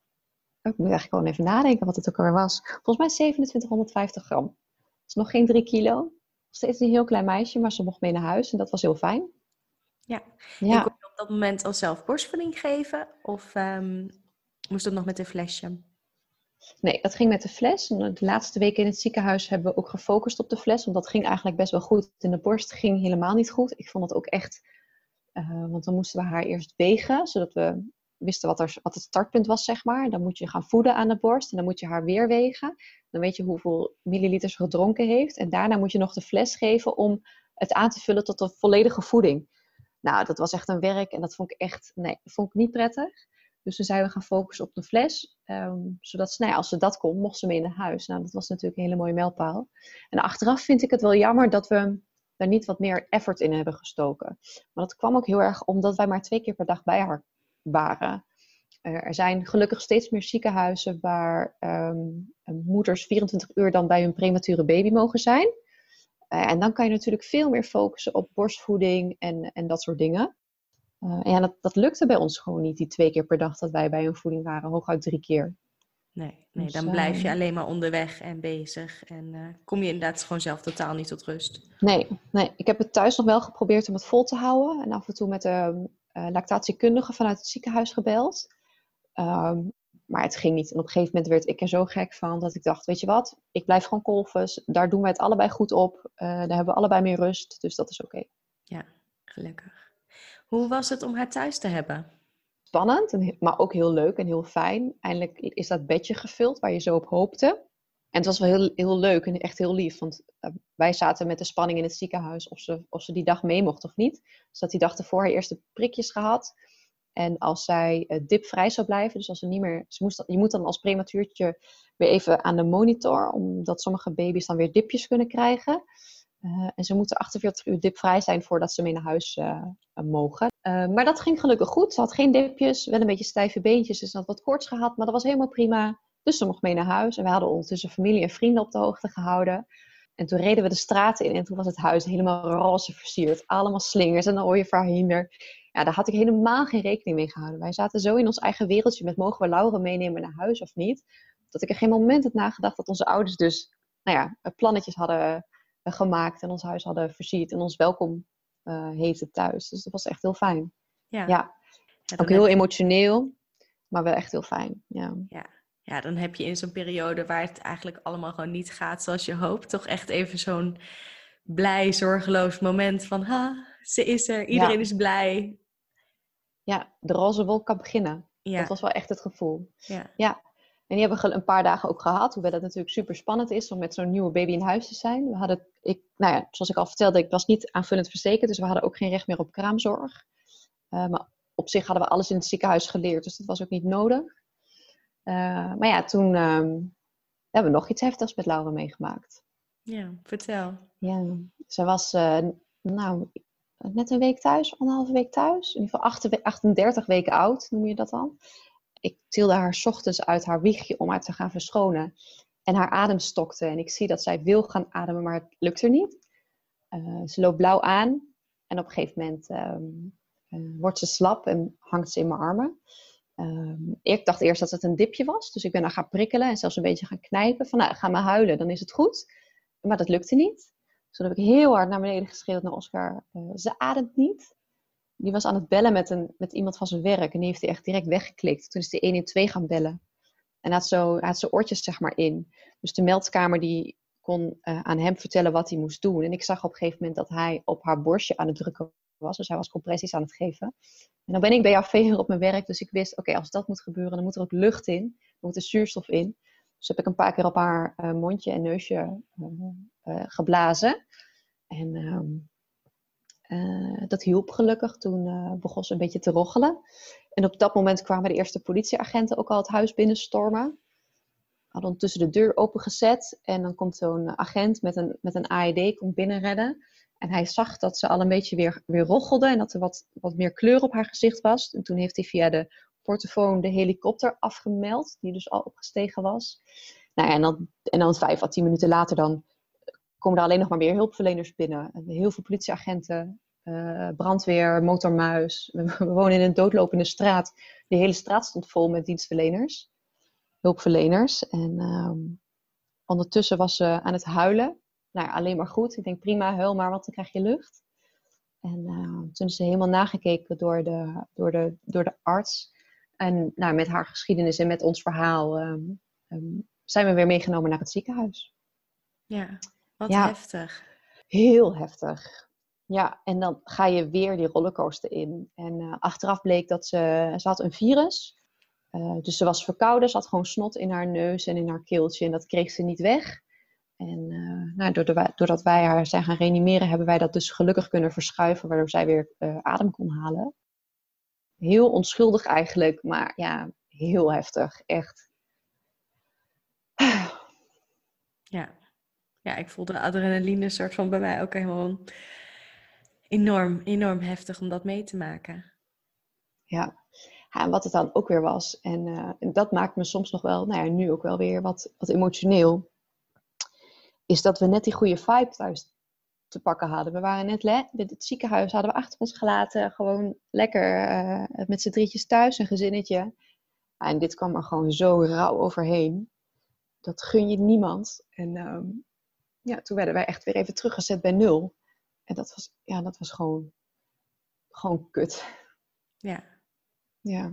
ik moet eigenlijk gewoon even nadenken wat het ook alweer was. Volgens mij zevenentwintighonderdvijftig gram. Dat is nog geen drie kilo. Nog steeds een heel klein meisje, maar ze mocht mee naar huis. En dat was heel fijn. Ja, ja. En kon je op dat moment al zelf borstvoeding geven? Of um, moest dat nog met een flesje? Nee, dat ging met de fles. De laatste weken in het ziekenhuis hebben we ook gefocust op de fles. Want dat ging eigenlijk best wel goed. In de borst ging helemaal niet goed. Ik vond het ook echt... Uh, want dan moesten we haar eerst wegen. Zodat we wisten wat, er, wat het startpunt was, zeg maar. Dan moet je gaan voeden aan de borst. En dan moet je haar weer wegen. Dan weet je hoeveel milliliter ze gedronken heeft. En daarna moet je nog de fles geven om het aan te vullen tot een volledige voeding. Nou, dat was echt een werk. En dat vond ik echt... Nee, dat vond ik niet prettig. Dus toen zijn we gaan focussen op de fles. Um, zodat ze, nou ja, als ze dat kon, mocht ze mee naar huis. Nou, dat was natuurlijk een hele mooie mijlpaal. En achteraf vind ik het wel jammer dat we daar niet wat meer effort in hebben gestoken. Maar dat kwam ook heel erg omdat wij maar twee keer per dag bij haar waren. Uh, er zijn gelukkig steeds meer ziekenhuizen waar um, moeders vierentwintig uur dan bij hun premature baby mogen zijn. Uh, en dan kan je natuurlijk veel meer focussen op borstvoeding en, en dat soort dingen. Uh, en ja, dat, dat lukte bij ons gewoon niet, die twee keer per dag dat wij bij hun voeding waren, hooguit drie keer. Nee, nee dus, dan blijf je uh, alleen maar onderweg en bezig. En uh, kom je inderdaad gewoon zelf totaal niet tot rust. Nee, nee, ik heb het thuis nog wel geprobeerd om het vol te houden. En af en toe met de uh, lactatiekundige vanuit het ziekenhuis gebeld. Um, maar het ging niet. En op een gegeven moment werd ik er zo gek van dat ik dacht, weet je wat, ik blijf gewoon kolven. Daar doen wij het allebei goed op. Uh, daar hebben we allebei meer rust, dus dat is oké. Okay. Ja, gelukkig. Hoe was het om haar thuis te hebben? Spannend, maar ook heel leuk en heel fijn. Eindelijk is dat bedje gevuld waar je zo op hoopte. En het was wel heel, heel leuk en echt heel lief. Want uh, wij zaten met de spanning in het ziekenhuis of ze, of ze die dag mee mocht of niet. Dus dat die dag ervoor haar eerste prikjes gehad. En als zij uh, dipvrij zou blijven, dus als ze niet meer... Ze moest, je moet dan als prematuurtje weer even aan de monitor, omdat sommige baby's dan weer dipjes kunnen krijgen. Uh, en ze moeten achtenveertig uur dipvrij zijn voordat ze mee naar huis uh, uh, mogen. Uh, maar dat ging gelukkig goed. Ze had geen dipjes, wel een beetje stijve beentjes. Dus ze had wat koorts gehad, maar dat was helemaal prima. Dus ze mocht mee naar huis. En we hadden ondertussen familie en vrienden op de hoogte gehouden. En toen reden we de straten in en toen was het huis helemaal roze versierd. Allemaal slingers en een ooievaar hinder. Ja, daar had ik helemaal geen rekening mee gehouden. Wij zaten zo in ons eigen wereldje met mogen we Laura meenemen naar huis of niet. Dat ik er geen moment had nagedacht dat onze ouders dus nou ja, plannetjes hadden uh, gemaakt en ons huis hadden versierd en ons welkom uh, heten thuis. Dus dat was echt heel fijn. Ja, ja. ja ook heel je... emotioneel, maar wel echt heel fijn. Ja, ja. ja dan heb je in zo'n periode waar het eigenlijk allemaal gewoon niet gaat zoals je hoopt, toch echt even zo'n blij, zorgeloos moment van, ha, ze is er, iedereen ja. is blij. Ja, de roze wolk kan beginnen. Ja. Dat was wel echt het gevoel. Ja. ja. En die hebben we een paar dagen ook gehad. Hoewel het natuurlijk super spannend is om met zo'n nieuwe baby in huis te zijn. We hadden, ik, nou ja, zoals ik al vertelde, ik was niet aanvullend verzekerd. Dus we hadden ook geen recht meer op kraamzorg. Uh, maar op zich hadden we alles in het ziekenhuis geleerd. Dus dat was ook niet nodig. Uh, maar ja, toen um, hebben we nog iets heftigs met Laura meegemaakt. Ja, vertel. Ja, ze was uh, nou, net een week thuis, anderhalve week thuis. In ieder geval achtendertig weken oud, noem je dat dan. Ik tilde haar 's ochtends uit haar wiegje om haar te gaan verschonen. En haar adem stokte. En ik zie dat zij wil gaan ademen, maar het lukt er niet. Uh, ze loopt blauw aan. En op een gegeven moment um, uh, wordt ze slap en hangt ze in mijn armen. Um, ik dacht eerst dat het een dipje was. Dus ik ben haar gaan prikkelen en zelfs een beetje gaan knijpen. Van nou, ga maar huilen, dan is het goed. Maar dat lukte niet. Dus toen heb ik heel hard naar beneden geschreeuwd naar Oscar. Uh, ze ademt niet. Die was aan het bellen met, een, met iemand van zijn werk. En die heeft hij echt direct weggeklikt. Toen is hij één in twee gaan bellen. En hij had, zo, hij had zijn oortjes zeg maar in. Dus de meldkamer die kon uh, aan hem vertellen wat hij moest doen. En ik zag op een gegeven moment dat hij op haar borstje aan het drukken was. Dus hij was compressies aan het geven. En dan ben ik bij B H V op mijn werk. Dus ik wist, oké, okay, als dat moet gebeuren, dan moet er ook lucht in. Er moet er zuurstof in. Dus heb ik een paar keer op haar uh, mondje en neusje uh, uh, geblazen. En um, uh, dat hielp gelukkig. Toen uh, begon ze een beetje te rochelen. En op dat moment kwamen de eerste politieagenten ook al het huis binnenstormen. We hadden ondertussen de deur opengezet. En dan komt zo'n agent met een, met een A E D komt binnenrennen. En hij zag dat ze al een beetje weer, weer rochelde. En dat er wat, wat meer kleur op haar gezicht was. En toen heeft hij via de portofoon de helikopter afgemeld. Die dus al opgestegen was. Nou ja, en, dan, en dan vijf à tien minuten later dan komen er alleen nog maar meer hulpverleners binnen. Heel veel politieagenten, uh, brandweer, motormuis. We, we wonen in een doodlopende straat. De hele straat stond vol met dienstverleners. Hulpverleners. En um, ondertussen was ze aan het huilen. Nou ja, alleen maar goed. Ik denk prima, huil maar, want dan krijg je lucht. En uh, toen is ze helemaal nagekeken door de, door de, door de arts. En nou, met haar geschiedenis en met ons verhaal um, um, zijn we weer meegenomen naar het ziekenhuis. Ja, wat ja, heftig. Heel heftig. Ja, en dan ga je weer die rollercoaster in. En uh, achteraf bleek dat ze, ze had een virus. Uh, dus ze was verkouden. Ze had gewoon snot in haar neus en in haar keeltje. En dat kreeg ze niet weg. En uh, nou, doordat wij haar zijn gaan reanimeren, hebben wij dat dus gelukkig kunnen verschuiven, waardoor zij weer uh, adem kon halen. Heel onschuldig eigenlijk, maar ja, heel heftig, echt. Ja, ja ik voelde de adrenaline soort van bij mij ook helemaal enorm, enorm heftig om dat mee te maken. Ja, ja en wat het dan ook weer was, en, uh, en dat maakt me soms nog wel, nou ja, nu ook wel weer wat, wat emotioneel, is dat we net die goede vibe thuis te pakken hadden. We waren net le- het ziekenhuis hadden we achter ons gelaten. Gewoon lekker uh, met z'n drietjes thuis, een gezinnetje. Ja, en dit kwam er gewoon zo rauw overheen. Dat gun je niemand. En um, ja, toen werden wij echt weer even teruggezet bij nul. En dat was, ja, dat was gewoon, gewoon kut. Ja. Ja.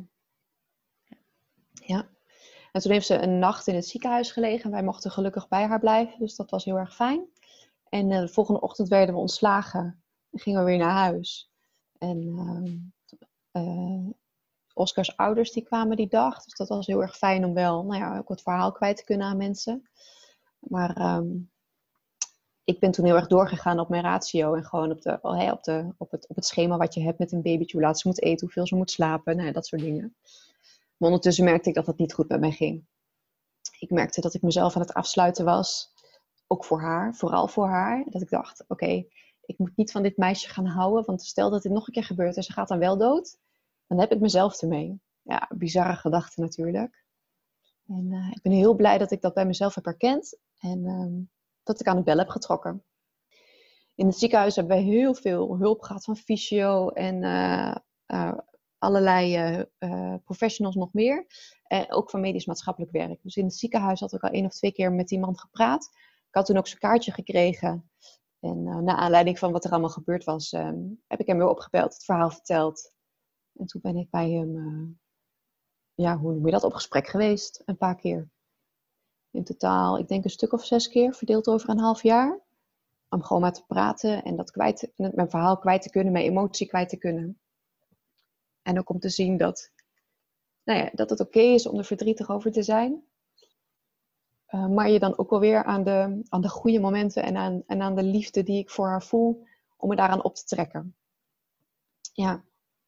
Ja. En toen heeft ze een nacht in het ziekenhuis gelegen. En wij mochten gelukkig bij haar blijven. Dus dat was heel erg fijn. En uh, de volgende ochtend werden we ontslagen. En gingen we weer naar huis. En uh, uh, Oscars ouders die kwamen die dag. Dus dat was heel erg fijn om wel, nou ja, ook het verhaal kwijt te kunnen aan mensen. Maar um, ik ben toen heel erg doorgegaan op mijn ratio. En gewoon op, de, oh, hey, op, de, op, het, op het schema wat je hebt met een babytje. Hoe laat ze moet eten, hoeveel ze moet slapen. Nou ja, dat soort dingen. Maar ondertussen merkte ik dat het niet goed met mij ging. Ik merkte dat ik mezelf aan het afsluiten was. Ook voor haar, vooral voor haar. Dat ik dacht, oké, okay, ik moet niet van dit meisje gaan houden. Want stel dat dit nog een keer gebeurt en ze gaat dan wel dood. Dan heb ik mezelf ermee. Ja, bizarre gedachte natuurlijk. En uh, ik ben heel blij dat ik dat bij mezelf heb herkend. En um, dat ik aan de bel heb getrokken. In het ziekenhuis hebben wij heel veel hulp gehad van fysio en uh, uh, allerlei uh, uh, professionals nog meer. En ook van medisch maatschappelijk werk. Dus in het ziekenhuis had ik al één of twee keer met iemand gepraat. ik had toen ook zijn kaartje gekregen. En uh, naar aanleiding van wat er allemaal gebeurd was, um, heb ik hem weer opgebeld, het verhaal verteld. En toen ben ik bij hem, uh, ja, hoe noem je dat, op gesprek geweest. Een paar keer. In totaal, ik denk een stuk of zes keer, verdeeld over een half jaar. Om gewoon maar te praten en dat kwijt, mijn verhaal kwijt te kunnen, mijn emotie kwijt te kunnen. En ook om te zien dat, nou ja, dat het oké is om er verdrietig over te zijn. Uh, maar je dan ook wel weer aan de, aan de goede momenten en aan, en aan de liefde die ik voor haar voel, om me daaraan op te trekken. Ja.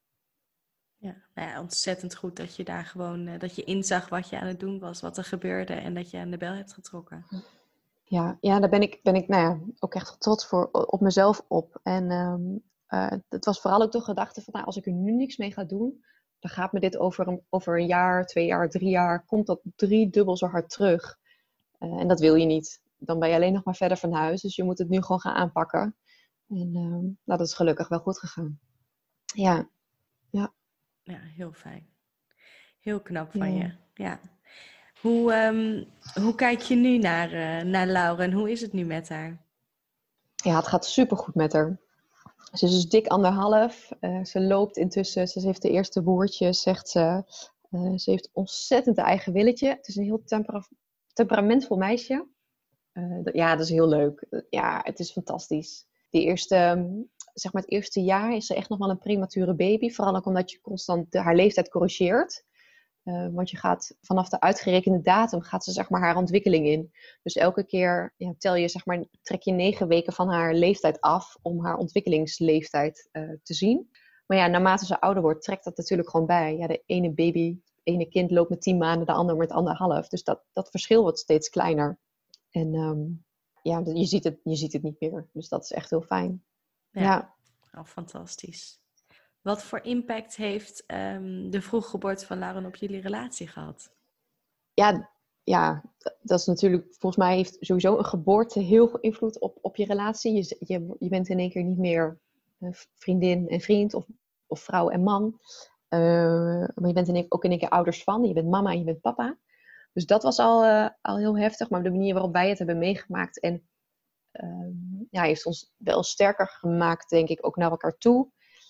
Ja, nou ja, ontzettend goed dat je daar gewoon, uh, dat je inzag wat je aan het doen was, wat er gebeurde en dat je aan de bel hebt getrokken. Ja, ja, daar ben ik, ben ik nou ja, ook echt trots voor, op mezelf op. En um, uh, het was vooral ook de gedachte van, nou, als ik er nu niks mee ga doen, dan gaat me dit over een, over een jaar, twee jaar, drie jaar, komt dat drie dubbel zo hard terug. Uh, en dat wil je niet. Dan ben je alleen nog maar verder van huis, dus je moet het nu gewoon gaan aanpakken. En uh, nou, dat is gelukkig wel goed gegaan. Ja, ja. Ja, heel fijn. Heel knap van Ja. je, ja. Hoe, um, hoe kijk je nu naar, uh, naar Laura en hoe is het nu met haar? Ja, het gaat supergoed met haar. Ze is dus dik anderhalf. Uh, ze loopt intussen. Ze heeft de eerste boertjes, zegt ze. Uh, ze heeft ontzettend een eigen willetje. Het is een heel tempera- temperamentvol meisje. Uh, d- ja, dat is heel leuk. Uh, ja, het is fantastisch. Die eerste, um, zeg maar het eerste jaar is ze echt nog wel een premature baby. Vooral ook omdat je constant de, haar leeftijd corrigeert. Uh, want je gaat vanaf de uitgerekende datum gaat ze zeg maar haar ontwikkeling in. Dus elke keer ja, tel je zeg maar trek je negen weken van haar leeftijd af om haar ontwikkelingsleeftijd uh, te zien. Maar ja, naarmate ze ouder wordt, trekt dat natuurlijk gewoon bij. Ja, de ene baby, het ene kind loopt met tien maanden, de ander met anderhalf. Dus dat, dat verschil wordt steeds kleiner. En um, ja, je ziet, het, je ziet het niet meer. Dus dat is echt heel fijn. Ja, ja. Oh, fantastisch. Wat voor impact heeft um, de vroeggeboorte van Lauren op jullie relatie gehad? Ja, ja, dat is natuurlijk, volgens mij heeft sowieso een geboorte heel veel invloed op, op je relatie. Je, je, je bent in één keer niet meer vriendin en vriend of, of vrouw en man. Uh, maar je bent in één, ook in één keer ouders van. Je bent mama en je bent papa. Dus dat was al, uh, al heel heftig. Maar de manier waarop wij het hebben meegemaakt en uh, ja, heeft ons wel sterker gemaakt, denk ik, ook naar elkaar toe.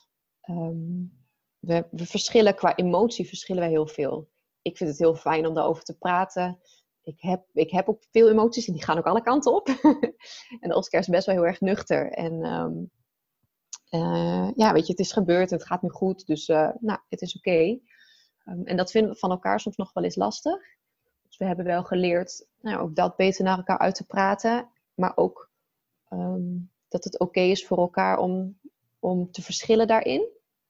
Um, we, we verschillen qua emotie, verschillen wij heel veel. Ik vind het heel fijn om daarover te praten. Ik heb, ik heb ook veel emoties en die gaan ook alle kanten op. En Oscar is best wel heel erg nuchter. En um, uh, ja, weet je, het is gebeurd en het gaat nu goed. Dus uh, nou, het is oké. Okay. Um, en dat vinden we van elkaar soms nog wel eens lastig. Dus we hebben wel geleerd nou, ook dat beter naar elkaar uit te praten. Maar ook um, dat het oké okay is voor elkaar om, om te verschillen daarin.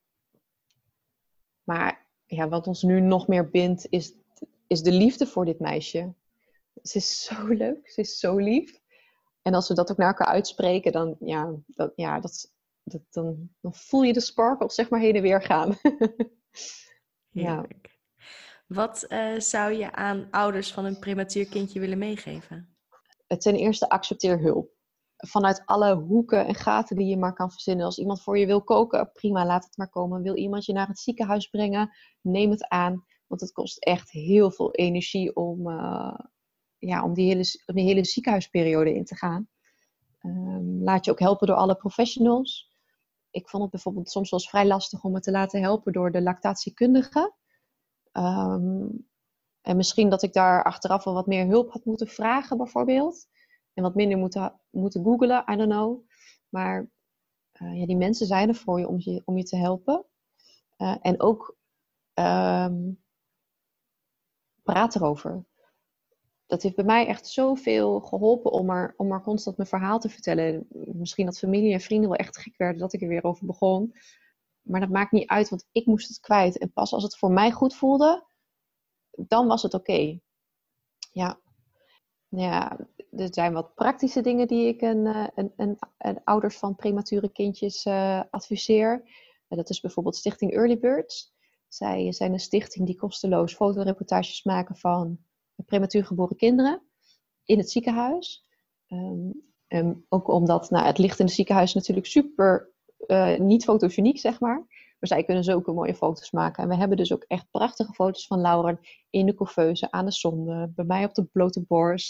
Maar ja, wat ons nu nog meer bindt, is, is de liefde voor dit meisje. Ze is zo leuk, ze is zo lief. En als we dat ook naar elkaar uitspreken, dan, ja, dat, ja, dat, dat, dan, dan voel je de sparkles zeg maar heen en weer gaan. Heerlijk. Ja. Wat uh, zou je aan ouders van een prematuur kindje willen meegeven? Ten eerste, accepteer hulp. Vanuit alle hoeken en gaten die je maar kan verzinnen. Als iemand voor je wil koken, prima, laat het maar komen. Wil iemand je naar het ziekenhuis brengen, neem het aan. Want het kost echt heel veel energie om, uh, ja, om, die, hele, om die hele ziekenhuisperiode in te gaan. Um, laat je ook helpen door alle professionals. Ik vond het bijvoorbeeld soms wel eens vrij lastig om me te laten helpen door de lactatiekundige. Um, en misschien dat ik daar achteraf wel wat meer hulp had moeten vragen bijvoorbeeld. En wat minder moeten, moeten googlen, I don't know. Maar uh, ja, die mensen zijn er voor je om je, om je te helpen. Uh, en ook um, praat erover. Dat heeft bij mij echt zoveel geholpen om er, om er constant mijn verhaal te vertellen. Misschien dat familie en vrienden wel echt gek werden dat ik er weer over begon. Maar dat maakt niet uit, want ik moest het kwijt. En pas als het voor mij goed voelde, dan was het oké. Okay. Ja. Ja, er zijn wat praktische dingen die ik een, een, een, een ouders van premature kindjes uh, adviseer. Uh, dat is bijvoorbeeld Stichting Early Birds. Zij zijn een stichting die kosteloos fotoreportages maken van prematuur geboren kinderen in het ziekenhuis. Um, um, ook omdat nou, het licht in het ziekenhuis natuurlijk super uh, niet fotogeniek, zeg maar. Maar zij kunnen zulke mooie foto's maken. En we hebben dus ook echt prachtige foto's van Lauren in de couveuse, aan de zonde, bij mij op de blote borst.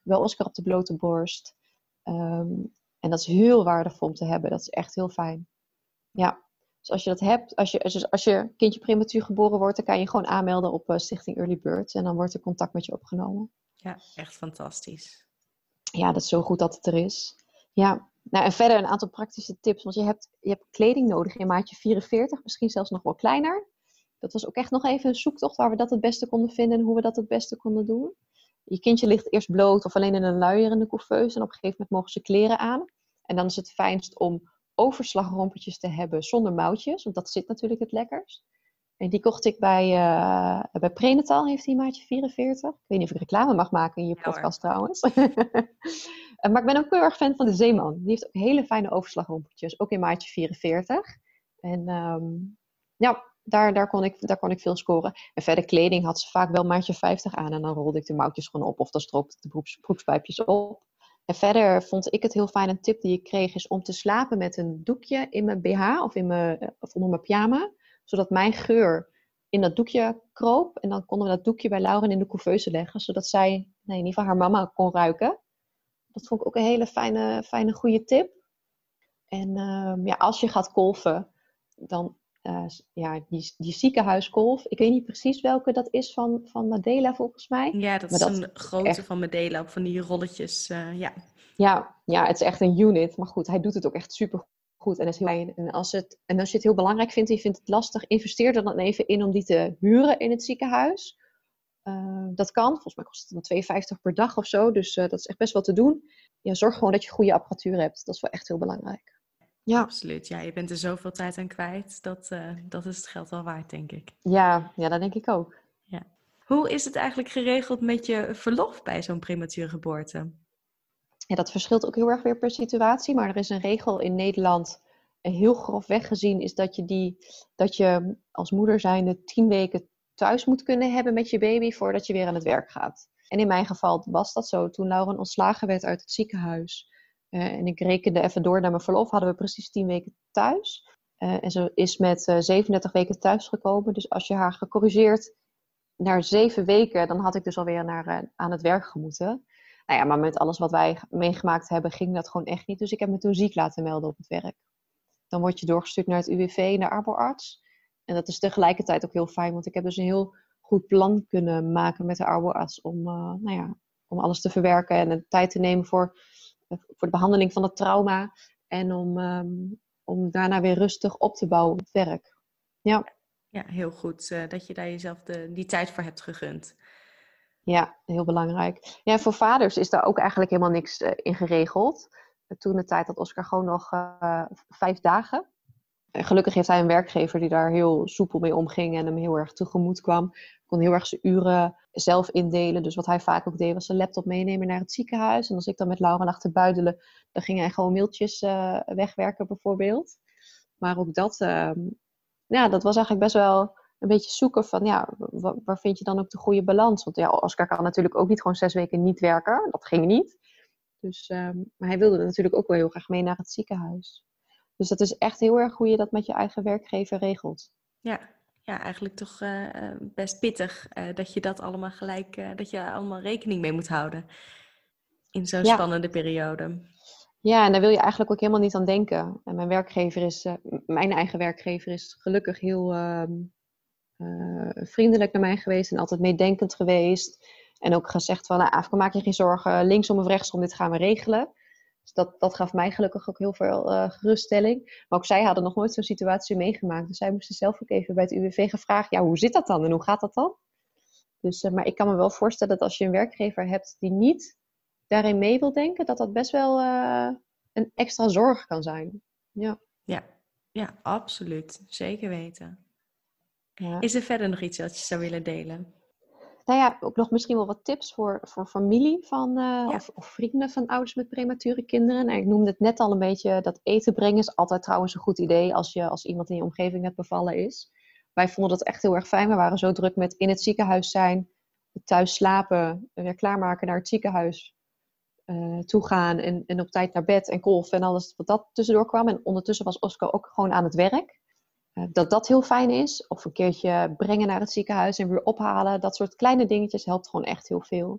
wel Oscar op de blote borst. Um, en dat is heel waardevol om te hebben. Dat is echt heel fijn. Ja, dus als je dat hebt, als je, als, als je kindje prematuur geboren wordt, dan kan je gewoon aanmelden op uh, Stichting Early Bird. En dan wordt er contact met je opgenomen. Ja, echt fantastisch. Ja, dat is zo goed dat het er is. Ja, nou en verder een aantal praktische tips. Want je hebt, je hebt kleding nodig in maatje vierenveertig, misschien zelfs nog wel kleiner. Dat was ook echt nog even een zoektocht waar we dat het beste konden vinden en hoe we dat het beste konden doen. Je kindje ligt eerst bloot of alleen in een luier in de couveuse en op een gegeven moment mogen ze kleren aan. En dan is het fijnst om overslagrompertjes te hebben zonder mouwtjes, want dat zit natuurlijk het lekkerst. En die kocht ik bij, uh, bij Prenatal, heeft hij maatje vierenveertig. Ik weet niet of ik reclame mag maken in je podcast ja, trouwens. Maar ik ben ook heel erg fan van de Zeeman. Die heeft ook hele fijne overslagrompertjes, ook in maatje vierenveertig. En um, ja, daar, daar, kon ik, daar kon ik veel scoren. En verder kleding had ze vaak wel maatje vijftig aan en dan rolde ik de mouwtjes gewoon op of dan stroopte ik de broeks, broekspijpjes op. En verder vond ik het heel fijn, een tip die ik kreeg, is om te slapen met een doekje in mijn B H of, in mijn, of onder mijn pyjama. Zodat mijn geur in dat doekje kroop. En dan konden we dat doekje bij Lauren in de couveuse leggen. Zodat zij, nee, in ieder geval haar mama kon ruiken. Dat vond ik ook een hele fijne, fijne goede tip. En um, ja, als je gaat kolven, dan uh, ja, die, die ziekenhuiskolf. Ik weet niet precies welke dat is van, van Medela volgens mij. Ja, dat maar is dat een grote echt... van Medela. Op van die rolletjes, uh, ja. Ja, ja, het is echt een unit. Maar goed, hij doet het ook echt super goed. En, is heel fijn. En, als het, en als je het heel belangrijk vindt en je vindt het lastig, investeer er dan even in om die te huren in het ziekenhuis. Uh, dat kan. Volgens mij kost het dan twee euro vijftig per dag of zo. Dus uh, dat is echt best wel te doen. Ja, zorg gewoon dat je goede apparatuur hebt. Dat is wel echt heel belangrijk. Ja. Absoluut. Ja, je bent er zoveel tijd aan kwijt. Dat, uh, dat is het geld wel waard, denk ik. Ja, ja, dat denk ik ook. Ja. Hoe is het eigenlijk geregeld met je verlof bij zo'n prematuur geboorte? Ja, dat verschilt ook heel erg weer per situatie. Maar er is een regel in Nederland, heel grofweg gezien, is dat je, die, dat je als moeder zijnde tien weken thuis moet kunnen hebben met je baby voordat je weer aan het werk gaat. En in mijn geval was dat zo. Toen Lauren ontslagen werd uit het ziekenhuis uh, en ik rekende even door naar mijn verlof, hadden we precies tien weken thuis. Uh, en ze is met uh, zevenendertig weken thuisgekomen. Dus als je haar gecorrigeerd naar zeven weken, dan had ik dus alweer naar, uh, aan het werk gemoeten. Nou ja, maar met alles wat wij meegemaakt hebben, ging dat gewoon echt niet. Dus ik heb me toen ziek laten melden op het werk. Dan word je doorgestuurd naar het U W V, naar de arboarts. En dat is tegelijkertijd ook heel fijn, want ik heb dus een heel goed plan kunnen maken met de arboarts om, uh, nou ja, om alles te verwerken en de tijd te nemen voor, uh, voor de behandeling van het trauma. En om, um, om daarna weer rustig op te bouwen op het werk. Ja, ja heel goed uh, dat je daar jezelf de, die tijd voor hebt gegund. Ja, heel belangrijk. Ja, voor vaders is daar ook eigenlijk helemaal niks uh, in geregeld. Toen de tijd had Oscar gewoon nog uh, vijf dagen. En gelukkig heeft hij een werkgever die daar heel soepel mee omging en hem heel erg tegemoet kwam. Kon heel erg zijn uren zelf indelen. Dus wat hij vaak ook deed was zijn laptop meenemen naar het ziekenhuis. En als ik dan met Laura lag te buidelen, dan ging hij gewoon mailtjes uh, wegwerken bijvoorbeeld. Maar ook dat, uh, ja, dat was eigenlijk best wel een beetje zoeken van, ja, waar vind je dan ook de goede balans? Want ja, Oscar kan natuurlijk ook niet gewoon zes weken niet werken. Dat ging niet. Dus, um, maar hij wilde natuurlijk ook wel heel graag mee naar het ziekenhuis. Dus dat is echt heel erg hoe je dat met je eigen werkgever regelt. Ja, ja eigenlijk toch uh, best pittig uh, dat je dat allemaal gelijk, uh, dat je allemaal rekening mee moet houden in zo'n ja. spannende periode. Ja, en daar wil je eigenlijk ook helemaal niet aan denken. En mijn werkgever is, uh, mijn eigen werkgever is gelukkig heel uh, uh, vriendelijk naar mij geweest en altijd meedenkend geweest. En ook gezegd van, nou, Aafke, maak je geen zorgen, linksom of rechtsom, dit gaan we regelen. Dus dat, dat gaf mij gelukkig ook heel veel uh, geruststelling. Maar ook zij hadden nog nooit zo'n situatie meegemaakt. Dus zij moesten zelf ook even bij het U W V gevraagd, ja, hoe zit dat dan en hoe gaat dat dan? Dus, uh, maar ik kan me wel voorstellen dat als je een werkgever hebt die niet daarin mee wil denken, dat dat best wel uh, een extra zorg kan zijn. Ja, ja, ja, absoluut. Zeker weten. Ja. Is er verder nog iets wat je zou willen delen? Nou ja, ook nog misschien wel wat tips voor, voor familie van, uh, ja. of, of vrienden van ouders met premature kinderen. Nou, ik noemde het net al een beetje, dat eten brengen is altijd trouwens een goed idee als, je, als iemand in je omgeving net bevallen is. Wij vonden dat echt heel erg fijn. We waren zo druk met in het ziekenhuis zijn, thuis slapen, weer klaarmaken naar het ziekenhuis uh, toe gaan en, en op tijd naar bed en kolven en alles wat dat tussendoor kwam. En ondertussen was Oscar ook gewoon aan het werk. Uh, dat dat heel fijn is. Of een keertje brengen naar het ziekenhuis en weer ophalen. Dat soort kleine dingetjes helpt gewoon echt heel veel.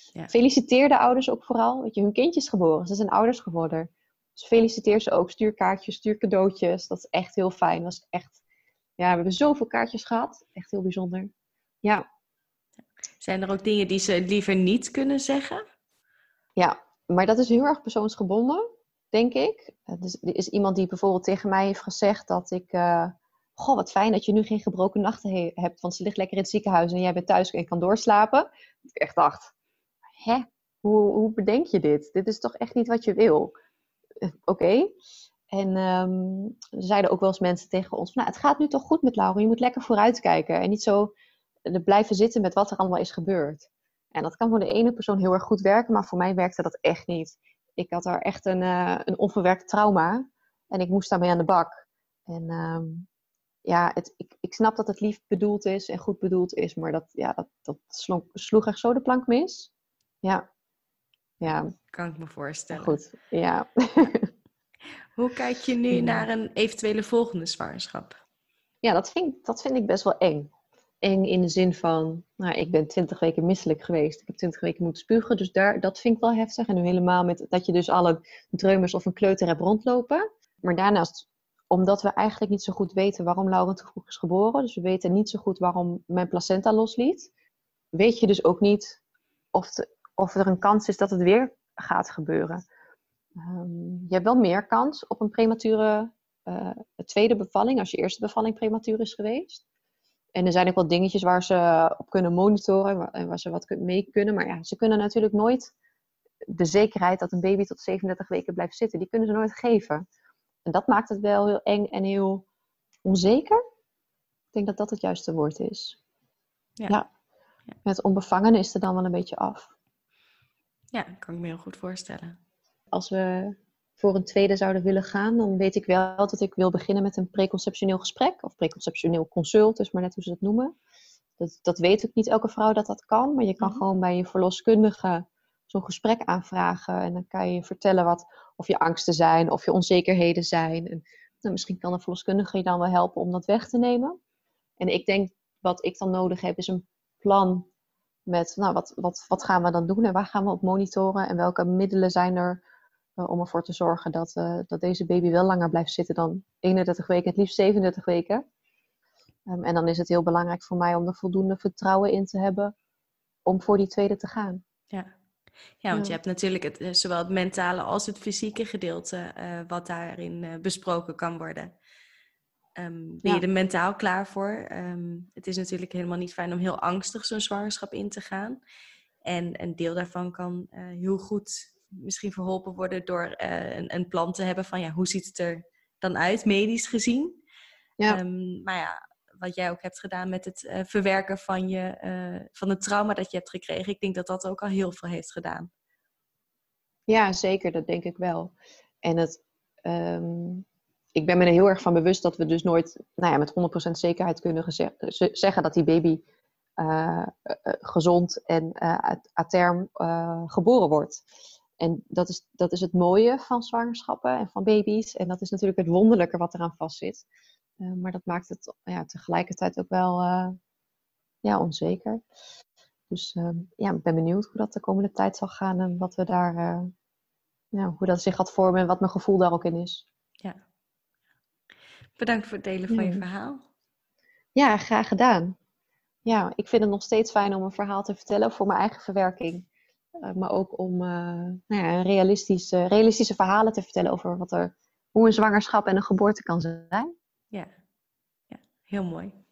Ja. Feliciteer de ouders ook vooral. Weet je, hun kindje is geboren. Ze zijn ouders geworden. Dus feliciteer ze ook. Stuur kaartjes, stuur cadeautjes. Dat is echt heel fijn. Dat is echt... Ja, we hebben zoveel kaartjes gehad. Echt heel bijzonder. Ja. Zijn er ook dingen die ze liever niet kunnen zeggen? Ja, maar dat is heel erg persoonsgebonden, denk ik. Dus er is iemand die bijvoorbeeld tegen mij heeft gezegd dat ik... Uh, Goh, wat fijn dat je nu geen gebroken nachten he- hebt. Want ze ligt lekker in het ziekenhuis en jij bent thuis en kan doorslapen. Dat ik echt dacht, hè? Hoe, hoe bedenk je dit? Dit is toch echt niet wat je wil? Oké. Okay. En um, er zeiden ook wel eens mensen tegen ons... Nou, het gaat nu toch goed met Laura. Je moet lekker vooruitkijken. En niet zo uh, blijven zitten met wat er allemaal is gebeurd. En dat kan voor de ene persoon heel erg goed werken. Maar voor mij werkte dat echt niet. Ik had daar echt een, uh, een onverwerkt trauma. En ik moest daarmee aan de bak. En um, ja, het, ik, ik snap dat het lief bedoeld is en goed bedoeld is. Maar dat, ja, dat, dat sloeg, sloeg echt zo de plank mis. Ja. Ja. Kan ik me voorstellen. Goed, ja. Hoe kijk je nu ja. naar een eventuele volgende zwangerschap? Ja, dat vind, dat vind ik best wel eng. Eng in de zin van, nou, ik ben twintig weken misselijk geweest. Ik heb twintig weken moeten spugen, dus daar, dat vind ik wel heftig. En nu helemaal met dat je dus al een dreumers of een kleuter hebt rondlopen. Maar daarnaast, omdat we eigenlijk niet zo goed weten waarom Lauren te vroeg is geboren. Dus we weten niet zo goed waarom mijn placenta losliet. Weet je dus ook niet of, de, of er een kans is dat het weer gaat gebeuren. Um, je hebt wel meer kans op een premature uh, tweede bevalling als je eerste bevalling prematuur is geweest. En er zijn ook wel dingetjes waar ze op kunnen monitoren en waar ze wat mee kunnen. Maar ja, ze kunnen natuurlijk nooit de zekerheid dat een baby tot zevenendertig weken blijft zitten. Die kunnen ze nooit geven. En dat maakt het wel heel eng en heel onzeker. Ik denk dat dat het juiste woord is. Ja. ja. Met onbevangen is er dan wel een beetje af. Ja, dat kan ik me heel goed voorstellen. Als we voor een tweede zouden willen gaan, dan weet ik wel dat ik wil beginnen met een preconceptioneel gesprek. Of preconceptioneel consult, dus maar net hoe ze dat noemen. Dat, dat weet ook niet elke vrouw dat dat kan. Maar je kan mm-hmm. gewoon bij je verloskundige zo'n gesprek aanvragen. En dan kan je vertellen wat, of je angsten zijn, of je onzekerheden zijn. En, nou, misschien kan een verloskundige je dan wel helpen om dat weg te nemen. En ik denk, wat ik dan nodig heb, is een plan met, nou, wat, wat, wat gaan we dan doen en waar gaan we op monitoren? En welke middelen zijn er uh, om ervoor te zorgen dat, uh, dat deze baby wel langer blijft zitten dan eenendertig weken, het liefst zevenendertig weken. Um, en dan is het heel belangrijk voor mij om er voldoende vertrouwen in te hebben om voor die tweede te gaan. Ja, ja want ja. je hebt natuurlijk het, zowel het mentale als het fysieke gedeelte uh, wat daarin uh, besproken kan worden. Um, ben ja. je er mentaal klaar voor? Um, het is natuurlijk helemaal niet fijn om heel angstig zo'n zwangerschap in te gaan. En een deel daarvan kan uh, heel goed misschien verholpen worden door uh, een, een plan te hebben van ja, hoe ziet het er dan uit, medisch gezien? Ja. Um, maar ja, wat jij ook hebt gedaan met het uh, verwerken van, je, uh, van het trauma dat je hebt gekregen. Ik denk dat dat ook al heel veel heeft gedaan. Ja, zeker. Dat denk ik wel. En het... Um... Ik ben me er heel erg van bewust dat we dus nooit nou ja, met honderd procent zekerheid kunnen geze- zeggen dat die baby uh, uh, gezond en uh, à term uh, geboren wordt. En dat is, dat is het mooie van zwangerschappen en van baby's. En dat is natuurlijk het wonderlijke wat eraan vastzit. Uh, maar dat maakt het ja, tegelijkertijd ook wel uh, ja, onzeker. Dus uh, ja, ik ben benieuwd hoe dat de komende tijd zal gaan en wat we daar, uh, ja, hoe dat zich gaat vormen en wat mijn gevoel daar ook in is. Ja. Bedankt voor het delen van je verhaal. Ja, graag gedaan. Ja, ik vind het nog steeds fijn om een verhaal te vertellen voor mijn eigen verwerking. Uh, maar ook om uh, nou ja, realistische, realistische verhalen te vertellen over wat er, hoe een zwangerschap en een geboorte kan zijn. Ja, ja, heel mooi.